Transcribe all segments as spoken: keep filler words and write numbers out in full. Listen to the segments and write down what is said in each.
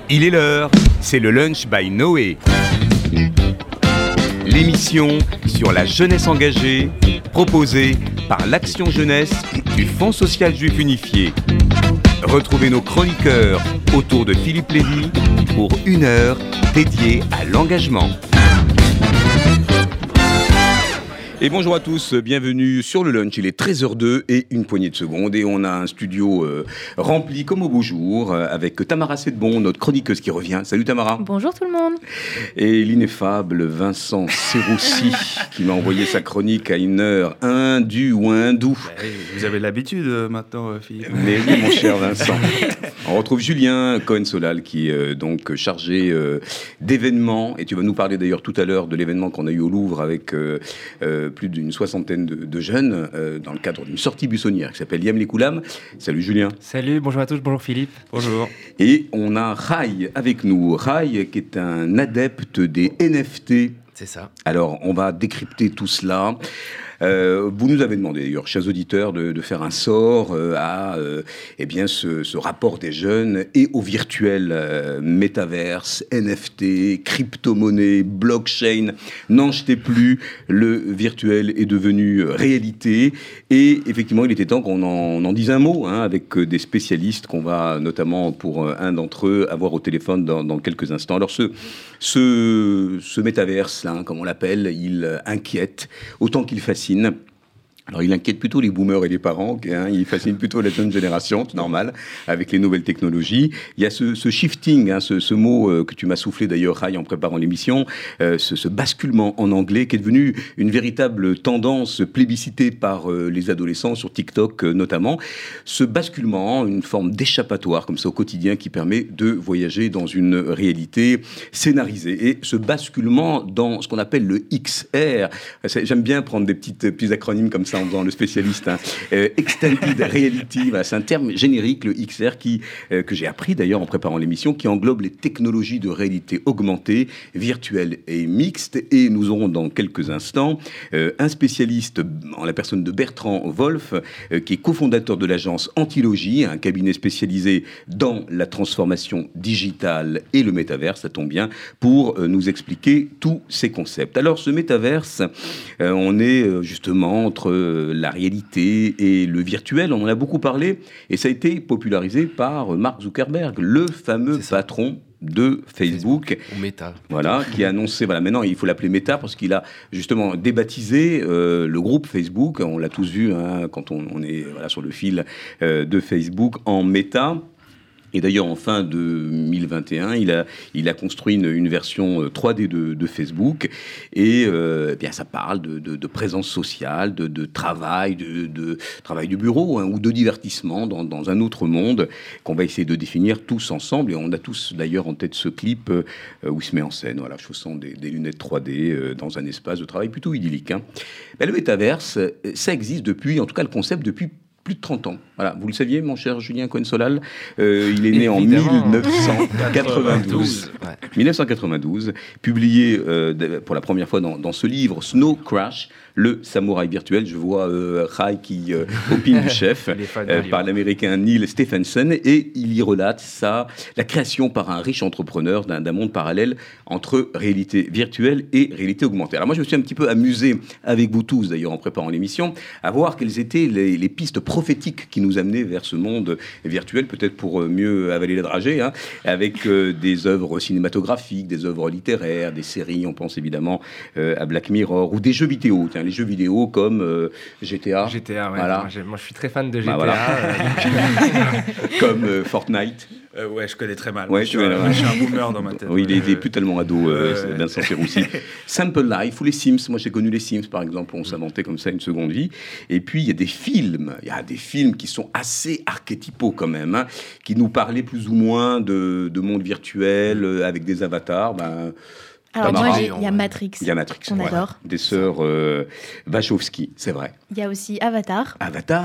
Il est l'heure, c'est le Lunch by Noé. L'émission sur la jeunesse engagée, proposée par l'Action Jeunesse du Fonds social juif unifié. Retrouvez nos chroniqueurs autour de Philippe Lévy pour une heure dédiée à l'engagement. Et bonjour à tous, bienvenue sur le lunch, il est treize heures zéro deux et une poignée de secondes et on a un studio euh, rempli comme au beau jour euh, avec Tamara Sedbon, notre chroniqueuse qui revient. Salut Tamara. Bonjour tout le monde. Et l'ineffable Vincent Serroussi qui m'a envoyé sa chronique à une heure indue ou hindoue. Bah oui, vous avez l'habitude euh, maintenant Philippe. Mais oui mon cher Vincent. On retrouve Julien Cohen-Solal qui est euh, donc chargé euh, d'événements et tu vas nous parler d'ailleurs tout à l'heure de l'événement qu'on a eu au Louvre avec... Euh, euh, plus d'une soixantaine de, de jeunes euh, dans le cadre d'une sortie buissonnière qui s'appelle Yam les Koulam. Salut Julien. Salut, bonjour à tous, bonjour Philippe. Bonjour. Et on a Rai avec nous. Rai qui est un adepte des N F T. C'est ça. Alors on va décrypter tout cela. Euh, vous nous avez demandé d'ailleurs, chers auditeurs, de, de faire un sort euh, à euh, eh bien, ce, ce rapport des jeunes et au virtuel euh, métaverse, N F T, crypto-monnaie, blockchain. N'en jetez plus, le virtuel est devenu réalité. Et effectivement, il était temps qu'on en, on en dise un mot hein, avec des spécialistes qu'on va notamment, pour un d'entre eux, avoir au téléphone dans, dans quelques instants. Alors ce, ce, ce métaverse, là, hein, comme on l'appelle, il inquiète autant qu'il fascine. Alors, il inquiète plutôt les boomers et les parents, hein, il fascine plutôt la jeune génération, c'est normal, avec les nouvelles technologies. Il y a ce, ce shifting, hein, ce, ce mot euh, que tu m'as soufflé d'ailleurs, Rai, en préparant l'émission, euh, ce, ce basculement en anglais qui est devenu une véritable tendance plébiscitée par euh, les adolescents sur TikTok euh, notamment. Ce basculement, une forme d'échappatoire comme ça au quotidien qui permet de voyager dans une réalité scénarisée. Et ce basculement dans ce qu'on appelle le X R, j'aime bien prendre des petites, petits acronymes comme ça en faisant le spécialiste, hein. euh, Extended Reality, voilà, c'est un terme générique, le X R, qui, euh, que j'ai appris d'ailleurs en préparant l'émission, qui englobe les technologies de réalité augmentée, virtuelle et mixte. Et nous aurons dans quelques instants euh, un spécialiste en la personne de Bertrand Wolf, euh, qui est cofondateur de l'agence Antilogie, un cabinet spécialisé dans la transformation digitale et le métaverse, ça tombe bien, pour euh, nous expliquer tous ces concepts. Alors ce métaverse, euh, on est euh, justement entre euh, la réalité et le virtuel, on en a beaucoup parlé, et ça a été popularisé par Mark Zuckerberg, le fameux patron de Facebook, Facebook ou Meta. Voilà, qui a annoncé, voilà, maintenant il faut l'appeler Meta parce qu'il a justement débaptisé euh, le groupe Facebook, on l'a tous vu hein, quand on, on est voilà, sur le fil euh, de Facebook, en Meta. Et d'ailleurs, en fin deux mille vingt et un, il a, il a construit une, une version trois D de, de Facebook. Et euh, eh bien, ça parle de, de, de présence sociale, de, de travail, de, de travail du bureau hein, ou de divertissement dans, dans un autre monde qu'on va essayer de définir tous ensemble. Et on a tous d'ailleurs en tête ce clip euh, où il se met en scène, voilà, chaussant des, des lunettes trois D euh, dans un espace de travail plutôt idyllique. Hein. Ben, le métaverse, ça existe depuis, en tout cas le concept, depuis plus de trente ans. Voilà, vous le saviez, mon cher Julien Cohen-Solal, euh, il est né Évidemment. en mille neuf cent quatre-vingt-douze. Ouais. mille neuf cent quatre-vingt-douze, publié euh, pour la première fois dans, dans ce livre Snow Crash, le samouraï virtuel. Je vois euh, Rai qui euh, opine du chef euh, par l'américain Neil Stephenson, et il y relate ça, la création par un riche entrepreneur d'un, d'un monde parallèle entre réalité virtuelle et réalité augmentée. Alors moi, je me suis un petit peu amusé avec vous tous, d'ailleurs, en préparant l'émission, à voir quelles étaient les, les pistes prophétiques qui nous amenaient vers ce monde virtuel, peut-être pour mieux avaler la dragée, hein, avec euh, des œuvres cinématographiques, des œuvres littéraires, des séries, on pense évidemment euh, à Black Mirror, ou des jeux vidéo, tiens, les jeux vidéo comme euh, G T A. G T A, ouais. Voilà. Moi, moi, je suis très fan de G T A. Bah, voilà. euh, Comme euh, Fortnite. Euh, ouais, je connais très mal. Ouais, je, suis, tu euh, vois, je suis un boomer dans ma tête. Oui, il est, il est Euh, plus tellement ado, euh, euh, Vincent Serroussi. Simple Life ou les Sims. Moi, j'ai connu les Sims, par exemple. On s'inventait comme ça une seconde vie. Et puis, il y a des films. Il y a des films qui sont assez archétypaux quand même, hein, qui nous parlaient plus ou moins de, de monde virtuel euh, avec des avatars. Ben, Alors Pas moi, marrant. j'ai- il y a Matrix. il y a Matrix. On voilà. adore. Des sœurs euh, Wachowski, c'est vrai. Il y a aussi Avatar. Avatar.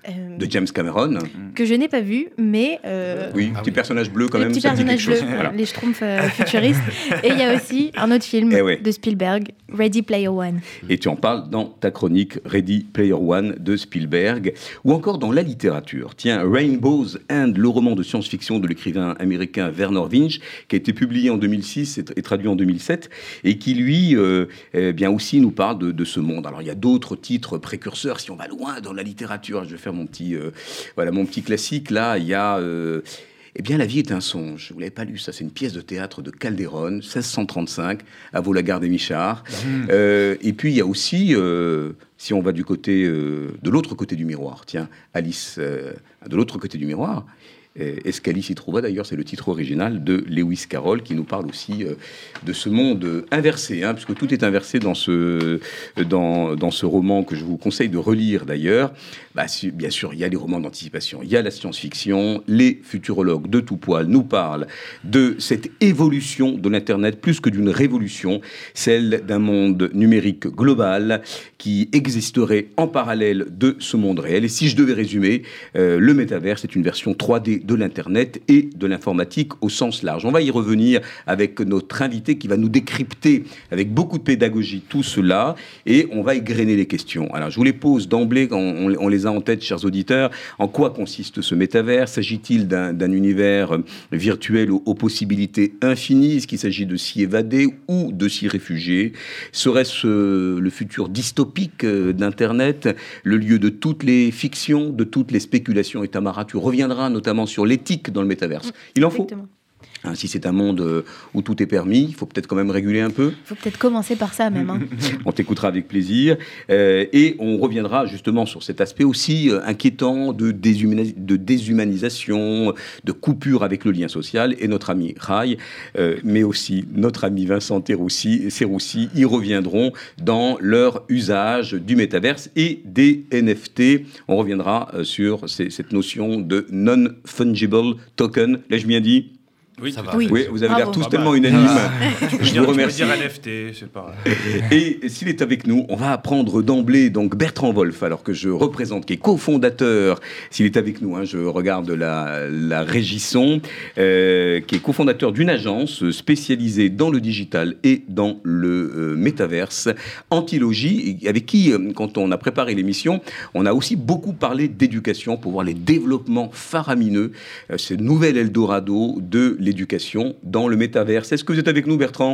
Euh, de James Cameron. Que je n'ai pas vu, mais... Euh, oui, ah petit oui. personnage bleu quand les même. petits Ça dit quelque personnages bleus, chose. Voilà. les schtroumpfs euh, futuristes. Et il y a aussi un autre film Eh ouais. de Spielberg, Ready Player One. Et tu en parles dans ta chronique Ready Player One de Spielberg, ou encore dans la littérature. Tiens, Rainbow's End, le roman de science-fiction de l'écrivain américain Vernor Vinge, qui a été publié en deux mille six et, et traduit en deux mille sept, et qui lui, euh, eh bien aussi nous parle de, de ce monde. Alors il y a d'autres titres précurseurs, si on va loin dans la littérature. Je vais faire mon petit, euh, voilà, mon petit classique. Là, il y a... Euh, Eh bien, La vie est un songe. Vous l'avez pas lu, ça, c'est une pièce de théâtre de Calderon, seize cent trente-cinq, à Vaux-la-Garde et Michard. Mmh. Euh, et puis, il y a aussi, euh, si on va du côté, euh, de l'autre côté du miroir, tiens, Alice, euh, de l'autre côté du miroir, est-ce qu'Alice y trouva d'ailleurs, c'est le titre original de Lewis Carroll qui nous parle aussi euh, de ce monde inversé, hein, puisque tout est inversé dans ce, dans, dans ce roman que je vous conseille de relire d'ailleurs. Bah, bien sûr, il y a les romans d'anticipation, il y a la science-fiction, les futurologues de tout poil nous parlent de cette évolution de l'Internet plus que d'une révolution, celle d'un monde numérique global qui existerait en parallèle de ce monde réel. Et si je devais résumer, euh, le métavers, c'est une version trois D de l'Internet et de l'informatique au sens large. On va y revenir avec notre invité qui va nous décrypter avec beaucoup de pédagogie tout cela et on va égrener les questions. Alors, je vous les pose d'emblée, on, on les a en tête, chers auditeurs. En quoi consiste ce métavers ? S'agit-il d'un, d'un univers virtuel aux, aux possibilités infinies ? Est-ce qu'il s'agit de s'y évader ou de s'y réfugier ? Serait-ce euh, le futur dystopique euh, d'Internet, le lieu de toutes les fictions, de toutes les spéculations ? Et Tamara, tu reviendras notamment sur l'éthique dans le métaverse. Il en faut. Exactement. Hein, si c'est un monde euh, où tout est permis, il faut peut-être quand même réguler un peu. Il faut peut-être commencer par ça même. Hein. On t'écoutera avec plaisir. Euh, et on reviendra justement sur cet aspect aussi euh, inquiétant de, déshumani- de déshumanisation, de coupure avec le lien social. Et notre ami Rai, euh, mais aussi notre ami Vincent Terroussi, Serroussi, y reviendront dans leur usage du métaverse et des N F T. On reviendra euh, sur ces, cette notion de non-fungible token. L'ai-je bien dit ? Oui, ça va. Oui. Oui, vous avez l'air Bravo. tous tellement unanimes. Je vous remercie. Je veux dire N F T, c'est pas... Et s'il est avec nous, on va apprendre d'emblée donc Bertrand Wolf, alors que je représente, qui est cofondateur, s'il est avec nous, hein, je regarde la, la Régisson, euh, qui est cofondateur d'une agence spécialisée dans le digital et dans le euh, métaverse, Antilogie, avec qui, euh, quand on a préparé l'émission, on a aussi beaucoup parlé d'éducation pour voir les développements faramineux, euh, ce nouvel Eldorado de l'éducation dans le métaverse. Est-ce que vous êtes avec nous, Bertrand ?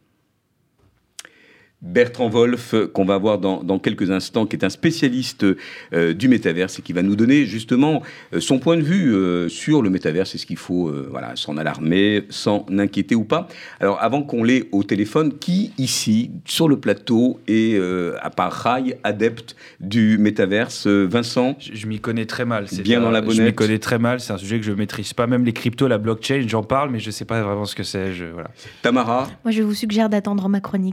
Bertrand Wolf, qu'on va voir dans, dans quelques instants, qui est un spécialiste euh, du métaverse et qui va nous donner justement euh, son point de vue euh, sur le métaverse. Est-ce qu'il faut euh, voilà, s'en alarmer, s'en inquiéter ou pas ? Alors, avant qu'on l'ait au téléphone, qui ici, sur le plateau, est, euh, à part Rai, adepte du métaverse ? euh, Vincent ? Je, je m'y connais très mal. C'est Bien ça. dans la Je bonnette. m'y connais très mal. C'est un sujet que je maîtrise pas. Même les cryptos, la blockchain, j'en parle, mais je sais pas vraiment ce que c'est. Je, voilà. Tamara ? Moi, je vous suggère d'attendre ma chronique.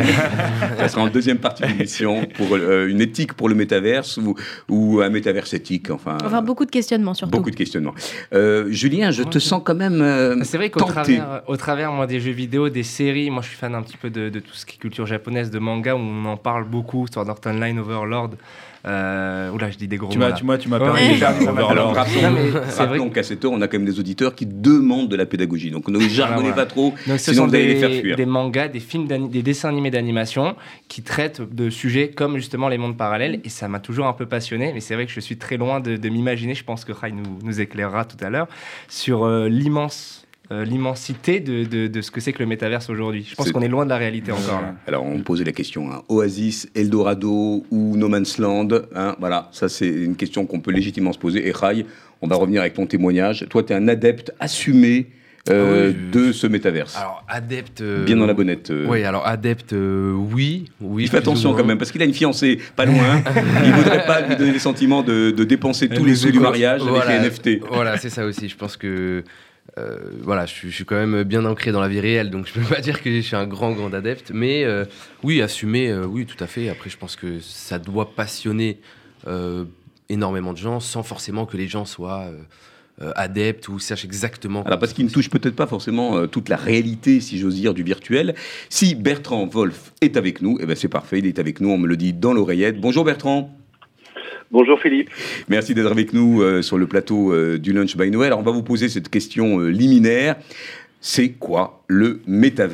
Ça sera en deuxième partie de l'émission pour euh, une éthique pour le métaverse ou, ou un métaverse éthique. Enfin, Enfin, beaucoup de questionnements surtout. beaucoup de questionnements. Euh, Julien, je te sens quand même euh, C'est vrai qu'au tenté. travers, au travers moi, des jeux vidéo, des séries, moi je suis fan un petit peu de, de tout ce qui est culture japonaise, de manga, où on en parle beaucoup, Sword Art Online, Overlord. Euh, oula, je dis des gros Tu mots. m'as, là. tu m'as, tu m'as Ouais, permis ouais, de faire ouais, ouais, Alors, ouais. rappelons, Non, mais c'est rappelons vrai qu'à cette heure, on a quand même des auditeurs qui demandent de la pédagogie. Donc, ne jargonnez voilà. pas trop, Donc, ce sinon sont vous allez des, les faire fuir. des mangas, des films, d'ani- des dessins animés d'animation qui traitent de sujets comme justement les mondes parallèles. Et ça m'a toujours un peu passionné. Mais c'est vrai que je suis très loin de, de m'imaginer. Je pense que Rai nous, nous éclairera tout à l'heure sur euh, l'immense, euh, l'immensité de, de, de ce que c'est que le métaverse aujourd'hui. Je pense C'est- qu'on est loin de la réalité encore là. Alors, on posait la question, hein, Oasis, Eldorado ou No Man's Land, hein, voilà, ça c'est une question qu'on peut légitimement se poser. Et Rai, on va revenir avec ton témoignage. Toi, tu es un adepte assumé euh, Ah oui, je- de ce métaverse. Alors, adepte. euh, Bien dans la bonnette. euh. Oui, alors adepte, euh, oui. oui Il fait plus ou attention moins. quand même, parce qu'il a une fiancée pas loin. Il ne voudrait pas lui donner le sentiment de, de dépenser tous les sous du mariage Voilà, avec les N F T. Voilà, c'est ça aussi. Je pense que. euh, voilà, je suis, je suis quand même bien ancré dans la vie réelle, donc je peux pas dire que je suis un grand, grand adepte. Mais euh, oui, assumer, euh, oui, tout à fait. Après, je pense que ça doit passionner euh, énormément de gens sans forcément que les gens soient. Euh, Euh, adepte ou sache exactement. Alors parce qu'il ne touche peut-être pas forcément euh, toute la réalité, si j'ose dire, du virtuel. Si Bertrand Wolf est avec nous, eh ben c'est parfait, il est avec nous, on me le dit dans l'oreillette. Bonjour Bertrand. Bonjour Philippe. Merci d'être avec nous euh, sur le plateau euh, du Lunch by Noël. Alors, on va vous poser cette question euh, liminaire. C'est quoi le métaverse ?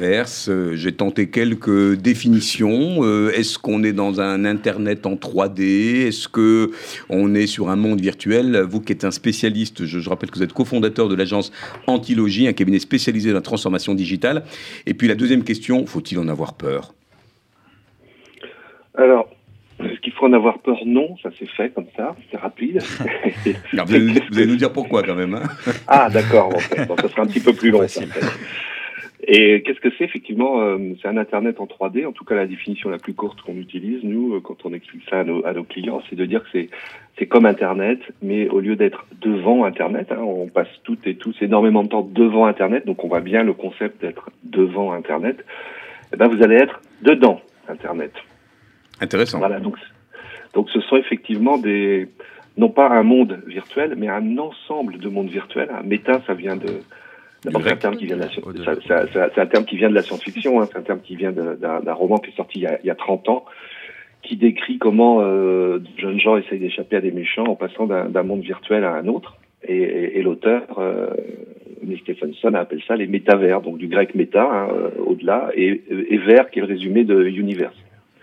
euh, J'ai tenté quelques définitions. Euh, est-ce qu'on est dans un Internet en trois D ? Est-ce qu'on est sur un monde virtuel ? Vous qui êtes un spécialiste, je, je rappelle que vous êtes cofondateur de l'agence Antilogie, un cabinet spécialisé dans la transformation digitale. Et puis la deuxième question, faut-il en avoir peur ? Alors, est-ce qu'il faut en avoir peur ? Non, ça s'est fait comme ça, c'est rapide. Alors, vous, allez, vous allez nous dire pourquoi quand même. Hein. Ah d'accord, bon, bon, ça sera un petit peu plus long. Ça, et qu'est-ce que c'est effectivement euh, c'est un Internet en trois D, en tout cas la définition la plus courte qu'on utilise, nous, euh, quand on explique ça à nos, à nos clients, c'est de dire que c'est, c'est comme Internet, mais au lieu d'être devant Internet, hein, on passe toutes et tous énormément de temps devant Internet, donc on voit bien le concept d'être devant Internet, et ben vous allez être dedans Internet. Intéressant. Voilà, donc, donc ce sont effectivement des, non pas un monde virtuel, mais un ensemble de mondes virtuels. Un méta, ça vient de, d'abord, c'est un terme qui vient de la, ça, ça, ça, c'est un terme qui vient de la science-fiction, hein, c'est un terme qui vient de, d'un, d'un roman qui est sorti il y a, il y a trente ans, qui décrit comment euh, de jeunes gens essayent d'échapper à des méchants en passant d'un, d'un monde virtuel à un autre. Et, et, et l'auteur, euh, Neil Stephenson, appelle ça les métavers, donc du grec méta, hein, au-delà, et, et vers, qui est le résumé de universe.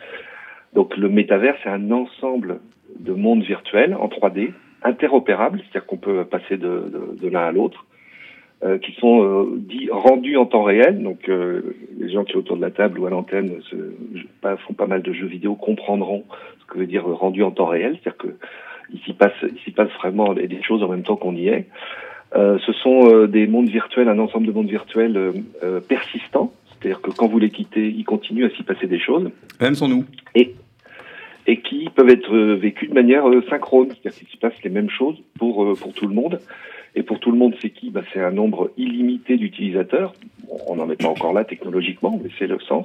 Donc le métavers, c'est un ensemble de mondes virtuels en trois D, interopérables, c'est-à-dire qu'on peut passer de, de, de l'un à l'autre, euh, qui sont euh, dits rendus en temps réel. Donc euh, les gens qui sont autour de la table ou à l'antenne se, pas, font pas mal de jeux vidéo comprendront ce que veut dire rendu en temps réel, c'est-à-dire que il s'y passe, il s'y passe vraiment des choses en même temps qu'on y est. Euh, ce sont euh, des mondes virtuels, un ensemble de mondes virtuels euh, euh, persistants. C'est-à-dire que quand vous les quittez, il continue à s'y passer des choses. Même sans nous. Et, et qui peuvent être euh, vécues de manière euh, synchrone. C'est-à-dire qu'il s'y passe les mêmes choses pour, euh, pour tout le monde. Et pour tout le monde, c'est qui ? Bah, c'est un nombre illimité d'utilisateurs. Bon, on n'en est pas encore là technologiquement, mais c'est le sens.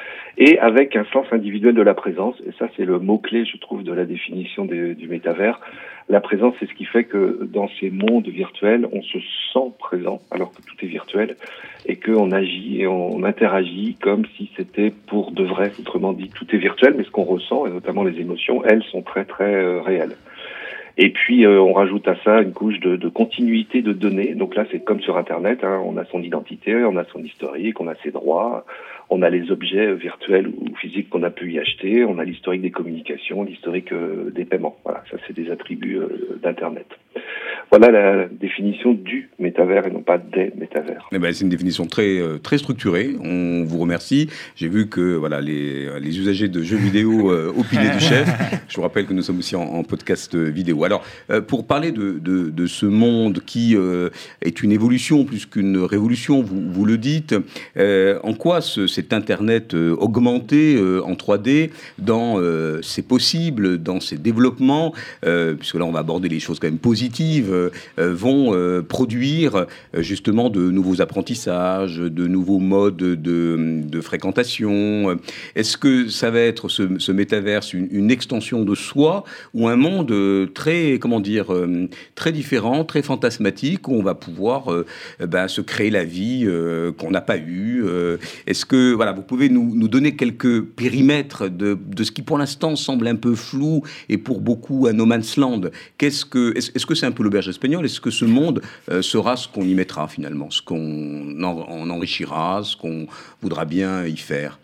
Et avec un sens individuel de la présence. Et ça, c'est le mot-clé, je trouve, de la définition des, du métavers. La présence, c'est ce qui fait que dans ces mondes virtuels, on se sent présent alors que tout est virtuel et qu'on agit et on interagit comme si c'était pour de vrai. Autrement dit, tout est virtuel, mais ce qu'on ressent, et notamment les émotions, elles sont très très euh, réelles. Et puis, euh, on rajoute à ça une couche de, de continuité de données. Donc là, c'est comme sur Internet, hein, on a son identité, on a son historique, on a ses droits, on a les objets virtuels ou physiques qu'on a pu y acheter, on a l'historique des communications, l'historique euh, des paiements. Voilà, ça, c'est des attributs euh, d'Internet. Voilà la définition du métavers et non pas des métavers. Eh ben, c'est une définition très, euh, très structurée. On vous remercie. J'ai vu que voilà, les, les usagers de jeux vidéo euh, opinaient du chef. Je vous rappelle que nous sommes aussi en, en podcast vidéo. Alors, euh, pour parler de, de, de ce monde qui euh, est une évolution plus qu'une révolution, vous, vous le dites, euh, en quoi ce, cet Internet euh, augmenté euh, en trois D, dans euh, ses possibles, dans ses développements, euh, puisque là on va aborder les choses quand même positives, euh, vont euh, produire euh, justement de nouveaux apprentissages, de nouveaux modes de, de fréquentation. Est-ce que ça va être ce, ce métaverse une, une extension de soi ou un monde euh, très, comment dire, euh, très différent, très fantasmatique, où on va pouvoir euh, ben, se créer la vie euh, qu'on n'a pas eue euh, Est-ce que voilà, vous pouvez nous, nous donner quelques périmètres de, de ce qui pour l'instant semble un peu flou et pour beaucoup un no man's land? Qu'est-ce que, est-ce, est-ce que c'est un peu l'auberge espagnole? Est-ce que ce monde euh, sera ce qu'on y mettra finalement, ce qu'on en, en enrichira, ce qu'on voudra bien y faire?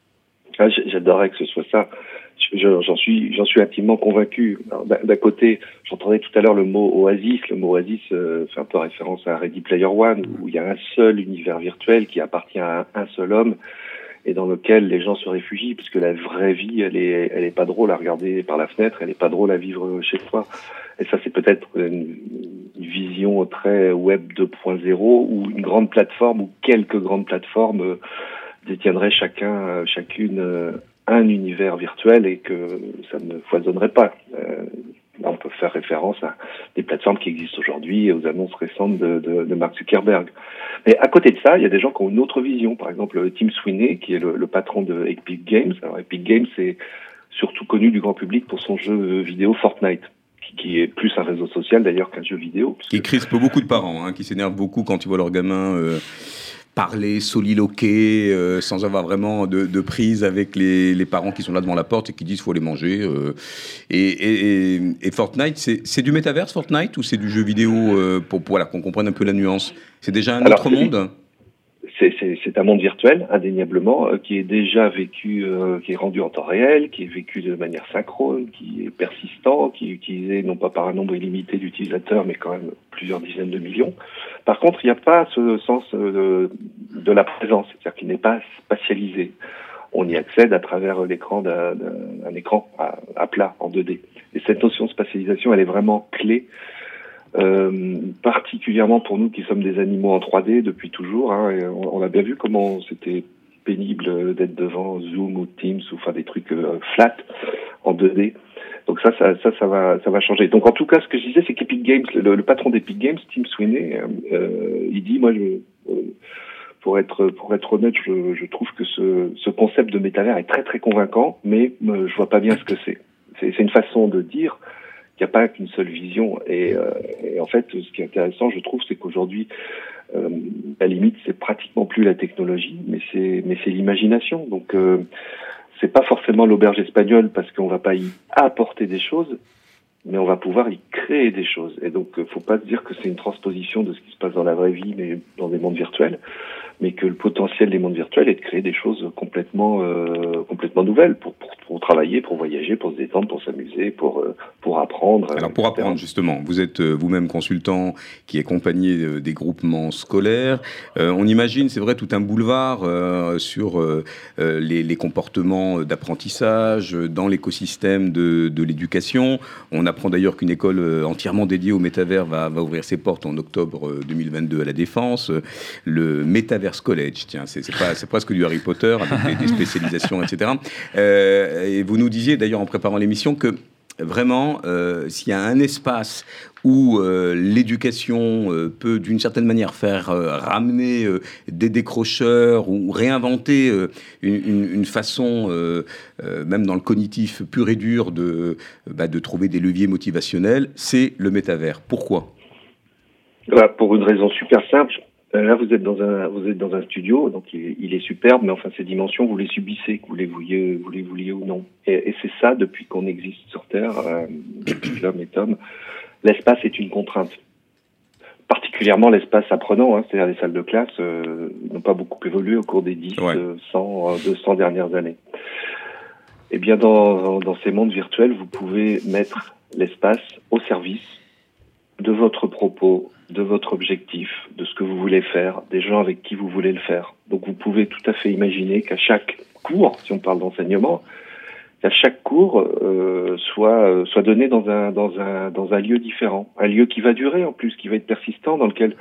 Ah, j'adorerais que ce soit ça. Je, j'en suis, j'en suis intimement convaincu. Alors, d'un, d'un côté, j'entendais tout à l'heure le mot oasis. Le mot oasis euh, fait un peu référence à Ready Player One, où il y a un seul univers virtuel qui appartient à un, un seul homme et dans lequel les gens se réfugient, parce que la vraie vie, elle est, elle est pas drôle à regarder par la fenêtre, elle est pas drôle à vivre chez soi. Et ça, c'est peut-être une, une vision très web deux point zéro, ou une grande plateforme, ou quelques grandes plateformes euh, détiendraient chacun, euh, chacune euh, un univers virtuel et que ça ne foisonnerait pas. Euh, là, on peut faire référence à des plateformes qui existent aujourd'hui et aux annonces récentes de, de, de Mark Zuckerberg. Mais à côté de ça, il y a des gens qui ont une autre vision. Par exemple, Tim Sweeney, qui est le, le patron de Epic Games. Alors, Epic Games, c'est surtout connu du grand public pour son jeu vidéo Fortnite, qui, qui est plus un réseau social d'ailleurs qu'un jeu vidéo. Qui crispe beaucoup de parents, hein, qui s'énervent beaucoup quand ils voient leurs gamins... Euh... parler, soliloquer, euh, sans avoir vraiment de, de prise avec les, les parents qui sont là devant la porte et qui disent qu'il faut les manger. Euh, et, et, et, et Fortnite, c'est, c'est du métaverse, Fortnite, ou c'est du jeu vidéo euh, pour, pour voilà, qu'on comprenne un peu la nuance? C'est déjà un Alors, autre monde? C'est, c'est, c'est un monde virtuel, indéniablement, euh, qui est déjà vécu, euh, qui est rendu en temps réel, qui est vécu de manière synchrone, qui est persistant, qui est utilisé non pas par un nombre illimité d'utilisateurs, mais quand même plusieurs dizaines de millions. Par contre, il n'y a pas ce sens euh, de, de la présence, c'est-à-dire qu'il n'est pas spatialisé. On y accède à travers l'écran d'un, d'un un écran à, à plat, en deux D. Et cette notion de spatialisation, elle est vraiment clé. Euh, particulièrement pour nous qui sommes des animaux en trois D depuis toujours, hein, et on, on a bien vu comment c'était pénible d'être devant Zoom ou Teams ou enfin des trucs euh, flat en deux D. Donc ça, ça, ça, ça va, ça va changer. Donc en tout cas, ce que je disais, c'est qu'Epic Games, le, le patron d'Epic Games, Tim Sweeney, euh, il dit, moi, je, euh, pour être, pour être honnête, je, je trouve que ce, ce concept de métavers est très très convaincant, mais euh, je vois pas bien ce que c'est. C'est, c'est une façon de dire. Il n'y a pas qu'une seule vision. Et, euh, et en fait, ce qui est intéressant, je trouve, c'est qu'aujourd'hui, euh, la limite, c'est pratiquement plus la technologie, mais c'est, mais c'est l'imagination. Donc, euh, c'est pas forcément l'auberge espagnole parce qu'on va pas y apporter des choses, mais on va pouvoir y créer des choses. Et donc, faut pas se dire que c'est une transposition de ce qui se passe dans la vraie vie, mais dans des mondes virtuels, mais que le potentiel des mondes virtuels est de créer des choses complètement, euh, complètement nouvelles pour, pour, pour travailler, pour voyager, pour se détendre, pour s'amuser, pour, euh, pour apprendre. Alors, pour apprendre, justement, vous êtes euh, vous-même consultant qui accompagnez euh, des groupements scolaires. Euh, on imagine, c'est vrai, tout un boulevard euh, sur euh, euh, les, les comportements d'apprentissage dans l'écosystème de, de l'éducation. On apprend d'ailleurs qu'une école euh, entièrement dédiée au métavers va, va ouvrir ses portes en octobre deux mille vingt-deux à la Défense. Le Metaverse College, tiens, c'est, c'est, pas, c'est presque du Harry Potter avec des, des spécialisations, et cetera. Euh, et vous nous disiez d'ailleurs en préparant l'émission que vraiment, euh, s'il y a un espace où euh, l'éducation euh, peut d'une certaine manière faire euh, ramener euh, des décrocheurs ou réinventer euh, une, une, une façon, euh, euh, même dans le cognitif pur et dur, de, bah, de trouver des leviers motivationnels, c'est le métavers. Pourquoi ? Bah, pour une raison super simple. Là, vous êtes dans un, vous êtes dans un studio, donc il est, il est superbe, mais enfin, ces dimensions, vous les subissez, que vous les vouliez, vous les vouliez ou non. Et, et c'est ça, depuis qu'on existe sur Terre, euh, depuis l'homme et Tom, l'espace est une contrainte. Particulièrement l'espace apprenant, hein, c'est-à-dire les salles de classe, euh, n'ont pas beaucoup évolué au cours des dix, ouais. cent, deux cents dernières années. Eh bien, dans, dans ces mondes virtuels, vous pouvez mettre l'espace au service de votre propos, de votre objectif, de ce que vous voulez faire, des gens avec qui vous voulez le faire. Donc vous pouvez tout à fait imaginer qu'à chaque cours, si on parle d'enseignement, qu'à chaque cours euh, soit soit donné dans un dans un dans un lieu différent, un lieu qui va durer en plus, qui va être persistant, dans lequel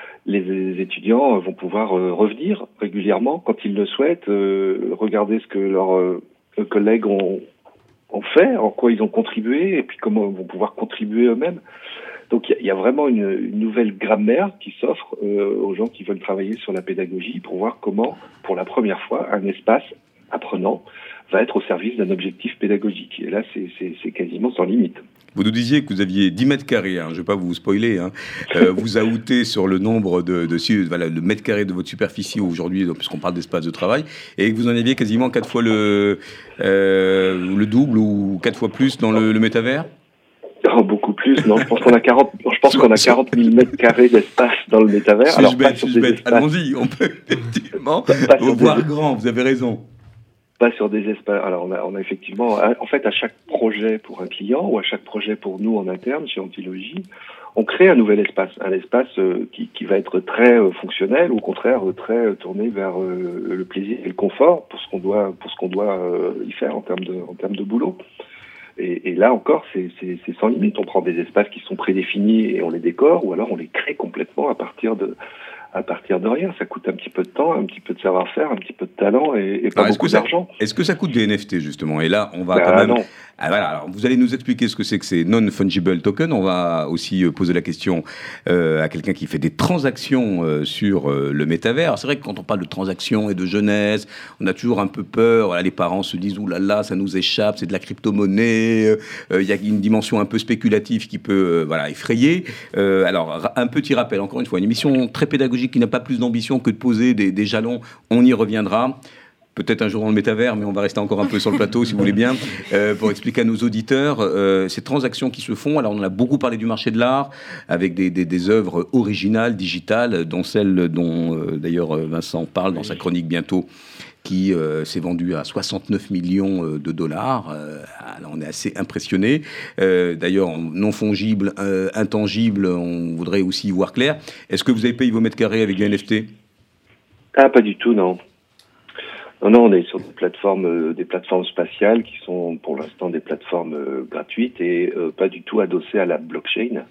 les étudiants vont pouvoir euh, revenir régulièrement quand ils le souhaitent, euh, regarder ce que leurs euh, collègues ont ont fait, en quoi ils ont contribué, et puis comment ils vont pouvoir contribuer eux-mêmes. Donc il y, y a vraiment une, une nouvelle grammaire qui s'offre euh, aux gens qui veulent travailler sur la pédagogie pour voir comment, pour la première fois, un espace apprenant va être au service d'un objectif pédagogique. Et là, c'est, c'est, c'est quasiment sans limite. Vous nous disiez que vous aviez dix mètres carrés, hein, je ne vais pas vous spoiler, hein. euh, vous outez sur le nombre de, de, de voilà, le mètre carré de votre superficie aujourd'hui, puisqu'on parle d'espace de travail, et que vous en aviez quasiment quatre fois le, euh, le double ou quatre fois plus dans le, le métavers. Oh, beaucoup plus, non, je pense qu'on a quarante, je pense qu'on a quarante mille mètres carrés d'espace dans le métavers. Si Alors, je bête, si je bête. Allons-y, on peut effectivement voir grand, vous avez raison. Pas sur des espaces. Alors, on a, on a effectivement, en fait, à chaque projet pour un client ou à chaque projet pour nous en interne, chez Antilogie, on crée un nouvel espace, un espace euh, qui, qui va être très euh, fonctionnel, ou au contraire euh, très euh, tourné vers euh, le plaisir et le confort pour ce qu'on doit, pour ce qu'on doit euh, y faire en termes de, en termes de boulot. Et, et là encore, c'est, c'est, c'est sans limite. On prend des espaces qui sont prédéfinis et on les décore, ou alors on les crée complètement à partir de, à partir de rien. Ça coûte un petit peu de temps, un petit peu de savoir-faire, un petit peu de talent et, et pas alors, beaucoup est-ce d'argent. Ça, est-ce que ça coûte des N F T justement ? Et là, on va bah, quand même non. Ah, voilà, alors vous allez nous expliquer ce que c'est que ces non-fungible tokens. On va aussi euh, poser la question euh, à quelqu'un qui fait des transactions euh, sur euh, le métavers. Alors, c'est vrai que quand on parle de transactions et de jeunesse, on a toujours un peu peur. Voilà, les parents se disent « Ouh là là, ça nous échappe, c'est de la crypto-monnaie. Il euh, y a une dimension un peu spéculative qui peut euh, voilà, effrayer. Euh, » Alors, un petit rappel, encore une fois, une émission très pédagogique qui n'a pas plus d'ambition que de poser des, des jalons. On y reviendra. Peut-être un jour dans le métavers, mais on va rester encore un peu sur le plateau, si vous voulez bien, euh, pour expliquer à nos auditeurs euh, ces transactions qui se font. Alors, on a beaucoup parlé du marché de l'art, avec des, des, des œuvres originales, digitales, dont celle dont, euh, d'ailleurs, Vincent parle dans sa chronique bientôt, qui euh, s'est vendue à soixante-neuf millions de dollars. Euh, alors, on est assez impressionnés. Euh, d'ailleurs, non fongible, euh, intangible, on voudrait aussi y voir clair. Est-ce que vous avez payé vos mètres carrés avec des N F T ? Ah, pas du tout, non. Non, non, on est sur des plateformes, euh, des plateformes spatiales qui sont pour l'instant des plateformes euh, gratuites et euh, pas du tout adossées à la blockchain.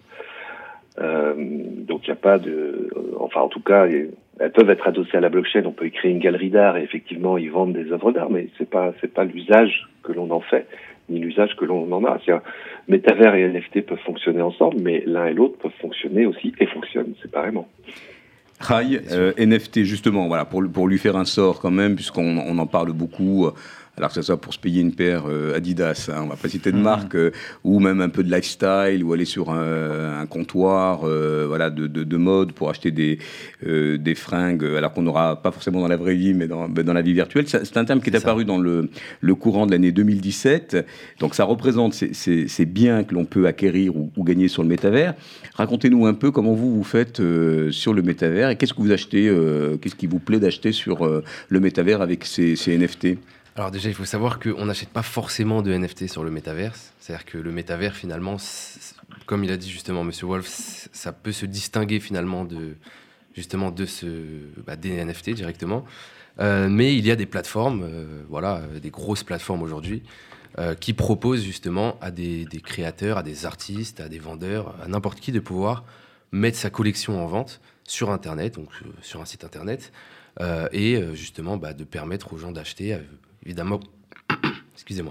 Euh, donc il n'y a pas de, euh, enfin en tout cas, elles peuvent être adossées à la blockchain. On peut y créer une galerie d'art et effectivement y vendre des œuvres d'art, mais c'est pas c'est pas l'usage que l'on en fait ni l'usage que l'on en a. C'est-à-dire, métavers et N F T peuvent fonctionner ensemble, mais l'un et l'autre peuvent fonctionner aussi et fonctionnent séparément. Rai, euh, N F T justement, voilà, pour, pour lui faire un sort quand même, puisqu'on on en parle beaucoup, euh, alors que ce soit pour se payer une paire euh, Adidas, hein, on va pas citer de mmh. marque, euh, ou même un peu de lifestyle, ou aller sur un, un comptoir euh, voilà, de, de, de mode pour acheter des, euh, des fringues, alors qu'on n'aura pas forcément dans la vraie vie, mais dans, dans la vie virtuelle. C'est, c'est un terme qui est, est apparu dans le, le courant de l'année deux mille dix-sept, donc ça représente ces, ces, ces biens que l'on peut acquérir ou, ou gagner sur le métavers. Racontez-nous un peu comment vous vous faites euh, sur le métavers et qu'est-ce que vous achetez, euh, qu'est-ce qui vous plaît d'acheter sur euh, le métavers avec ces, ces N F T ? Alors déjà, il faut savoir qu'on n'achète pas forcément de N F T sur le métavers. C'est-à-dire que le métavers, finalement, comme il a dit justement Monsieur Wolf, ça peut se distinguer finalement de, justement de ce, bah, des N F T directement. Euh, mais il y a des plateformes, euh, voilà, des grosses plateformes aujourd'hui, euh, qui proposent justement à des, des créateurs, à des artistes, à des vendeurs, à n'importe qui de pouvoir mettre sa collection en vente sur Internet, donc euh, sur un site Internet, euh, et euh, justement bah, de permettre aux gens d'acheter, euh, évidemment, excusez-moi,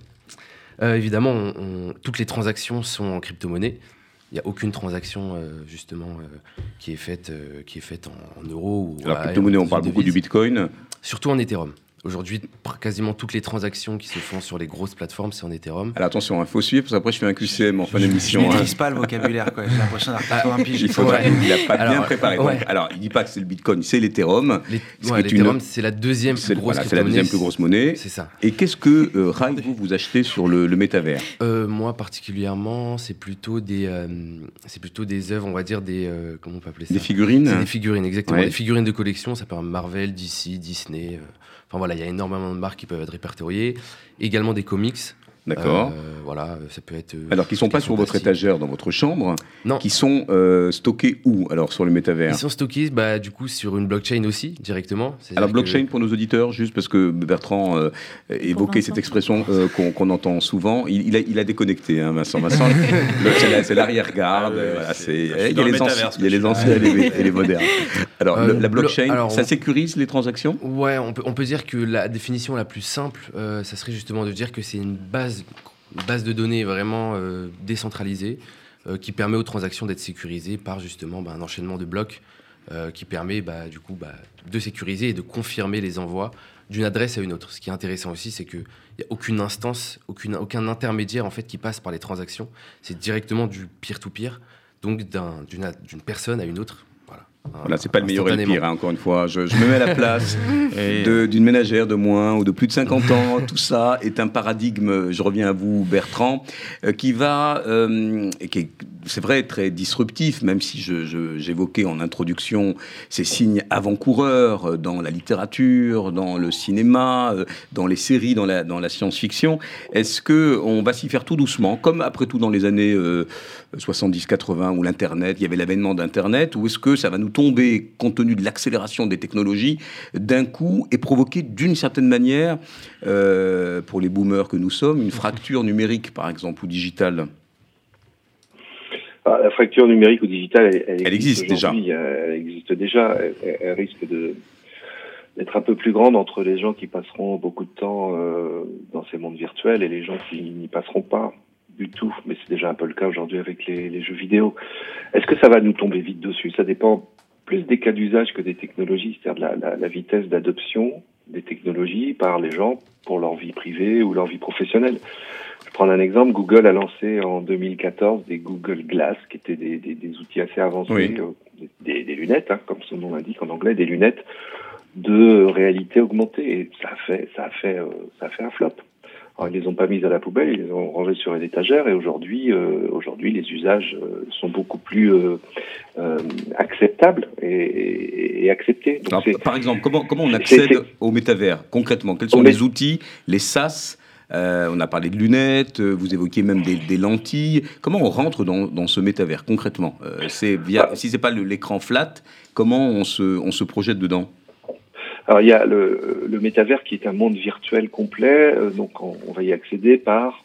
euh, évidemment, on, on, toutes les transactions sont en crypto-monnaie. Il n'y a aucune transaction euh, justement euh, qui est faite, euh, qui est faite en, en euros. Ou, Alors, ouais, crypto-monnaie, on parle beaucoup du Bitcoin. Surtout en Ethereum. Aujourd'hui, quasiment toutes les transactions qui se font sur les grosses plateformes, c'est en Ethereum. Alors attention, il faut suivre, parce qu'après je fais un Q C M en fin d'émission. Je ne maîtrise hein. pas le vocabulaire, quoi. J'ai l'impression d'avoir quatre-vingts piges. Il faudrait, il n'a pas alors, bien préparé. Ouais. Donc, alors, il ne dit pas que c'est le Bitcoin, c'est l'Ethereum. Les, ouais, L'Ethereum, une... c'est la deuxième plus c'est, grosse voilà, c'est la deuxième plus grosse monnaie. C'est ça. Et qu'est-ce que, euh, Rai, vous, vous achetez sur le, le métavers ? euh, Moi, particulièrement, c'est plutôt des, euh, c'est plutôt des œuvres, on va dire, des... Euh, comment on peut appeler ça ? Des figurines ? C'est des figurines, exactement. Ouais. Des figurines de collection, ça peut être Marvel, D C, Disney... Euh, Enfin voilà, il y a énormément de marques qui peuvent être répertoriées. Également des comics. D'accord. Euh, voilà, ça peut être. Euh, alors, qui ne sont pas sur votre étagère dans votre chambre. Non. Qui sont euh, stockés où, alors, sur le métavers ? Ils sont stockés, bah, du coup, sur une blockchain aussi, directement. Alors, blockchain, que... pour nos auditeurs, juste parce que Bertrand euh, évoquait cette expression euh, qu'on, qu'on entend souvent. Il, il, a, il a déconnecté, hein, Vincent. Vincent c'est, c'est l'arrière-garde. Euh, voilà, c'est, c'est, il y a les anciens, il y a les anciens et les, et les modernes. Alors, euh, le, la blockchain, blo- alors, ça on... sécurise les transactions ? Ouais, on peut, on peut dire que la définition la plus simple, euh, ça serait justement de dire que c'est une base une base de données vraiment euh, décentralisée euh, qui permet aux transactions d'être sécurisées par justement bah, un enchaînement de blocs euh, qui permet bah, du coup bah, de sécuriser et de confirmer les envois d'une adresse à une autre. Ce qui est intéressant aussi, c'est qu'il n'y a aucune instance, aucune, aucun intermédiaire en fait, qui passe par les transactions. C'est directement du peer-to-peer, donc d'un, d'une, d'une personne à une autre. Voilà. Voilà, c'est pas le meilleur et le pire, hein, encore une fois. Je, je me mets à la place de, d'une ménagère de moins ou de plus de cinquante ans. Tout ça est un paradigme, je reviens à vous, Bertrand, euh, qui va, euh, qui est, c'est vrai, très disruptif, même si je, je, j'évoquais en introduction ces signes avant-coureurs dans la littérature, dans le cinéma, dans les séries, dans la, dans la science-fiction. Est-ce qu'on va s'y faire tout doucement, comme après tout dans les années euh, soixante-dix quatre-vingts, où l'Internet, il y avait l'avènement d'Internet, ou est-ce que ça va nous tomber, compte tenu de l'accélération des technologies, d'un coup, et provoquer d'une certaine manière, euh, pour les boomers que nous sommes, une fracture numérique, par exemple, ou digitale ? Ah, la fracture numérique ou digitale, elle, elle, elle existe, existe déjà. Elle existe déjà. Elle, elle risque de, d'être un peu plus grande entre les gens qui passeront beaucoup de temps euh, dans ces mondes virtuels et les gens qui n'y passeront pas du tout. Mais c'est déjà un peu le cas aujourd'hui avec les, les jeux vidéo. Est-ce que ça va nous tomber vite dessus? Ça dépend plus des cas d'usage que des technologies, c'est-à-dire de la, la, la vitesse d'adoption des technologies par les gens pour leur vie privée ou leur vie professionnelle. Je vais prendre un exemple. Google a lancé en deux mille quatorze des Google Glass, qui étaient des, des, des outils assez avancés, oui. euh, des, des lunettes, hein, comme son nom l'indique en anglais, des lunettes de réalité augmentée. Et ça a fait, ça a fait, euh, ça a fait un flop. Alors, ils les ont pas mises à la poubelle, ils les ont rangées sur une étagère. Et aujourd'hui, euh, aujourd'hui, les usages euh, sont beaucoup plus euh, euh, acceptables et, et, et acceptés. Donc, Alors, par exemple, comment comment on accède c'est, c'est... au métavers concrètement? Quels sont les mé... outils, les SaaS? Euh, on a parlé de lunettes, vous évoquiez même des, des lentilles. Comment on rentre dans, dans ce métavers concrètement? euh, c'est via, ah. Si c'est pas le, l'écran flat, comment on se, on se projette dedans? Alors il y a le, le métavers qui est un monde virtuel complet, euh, donc on, on va y accéder par,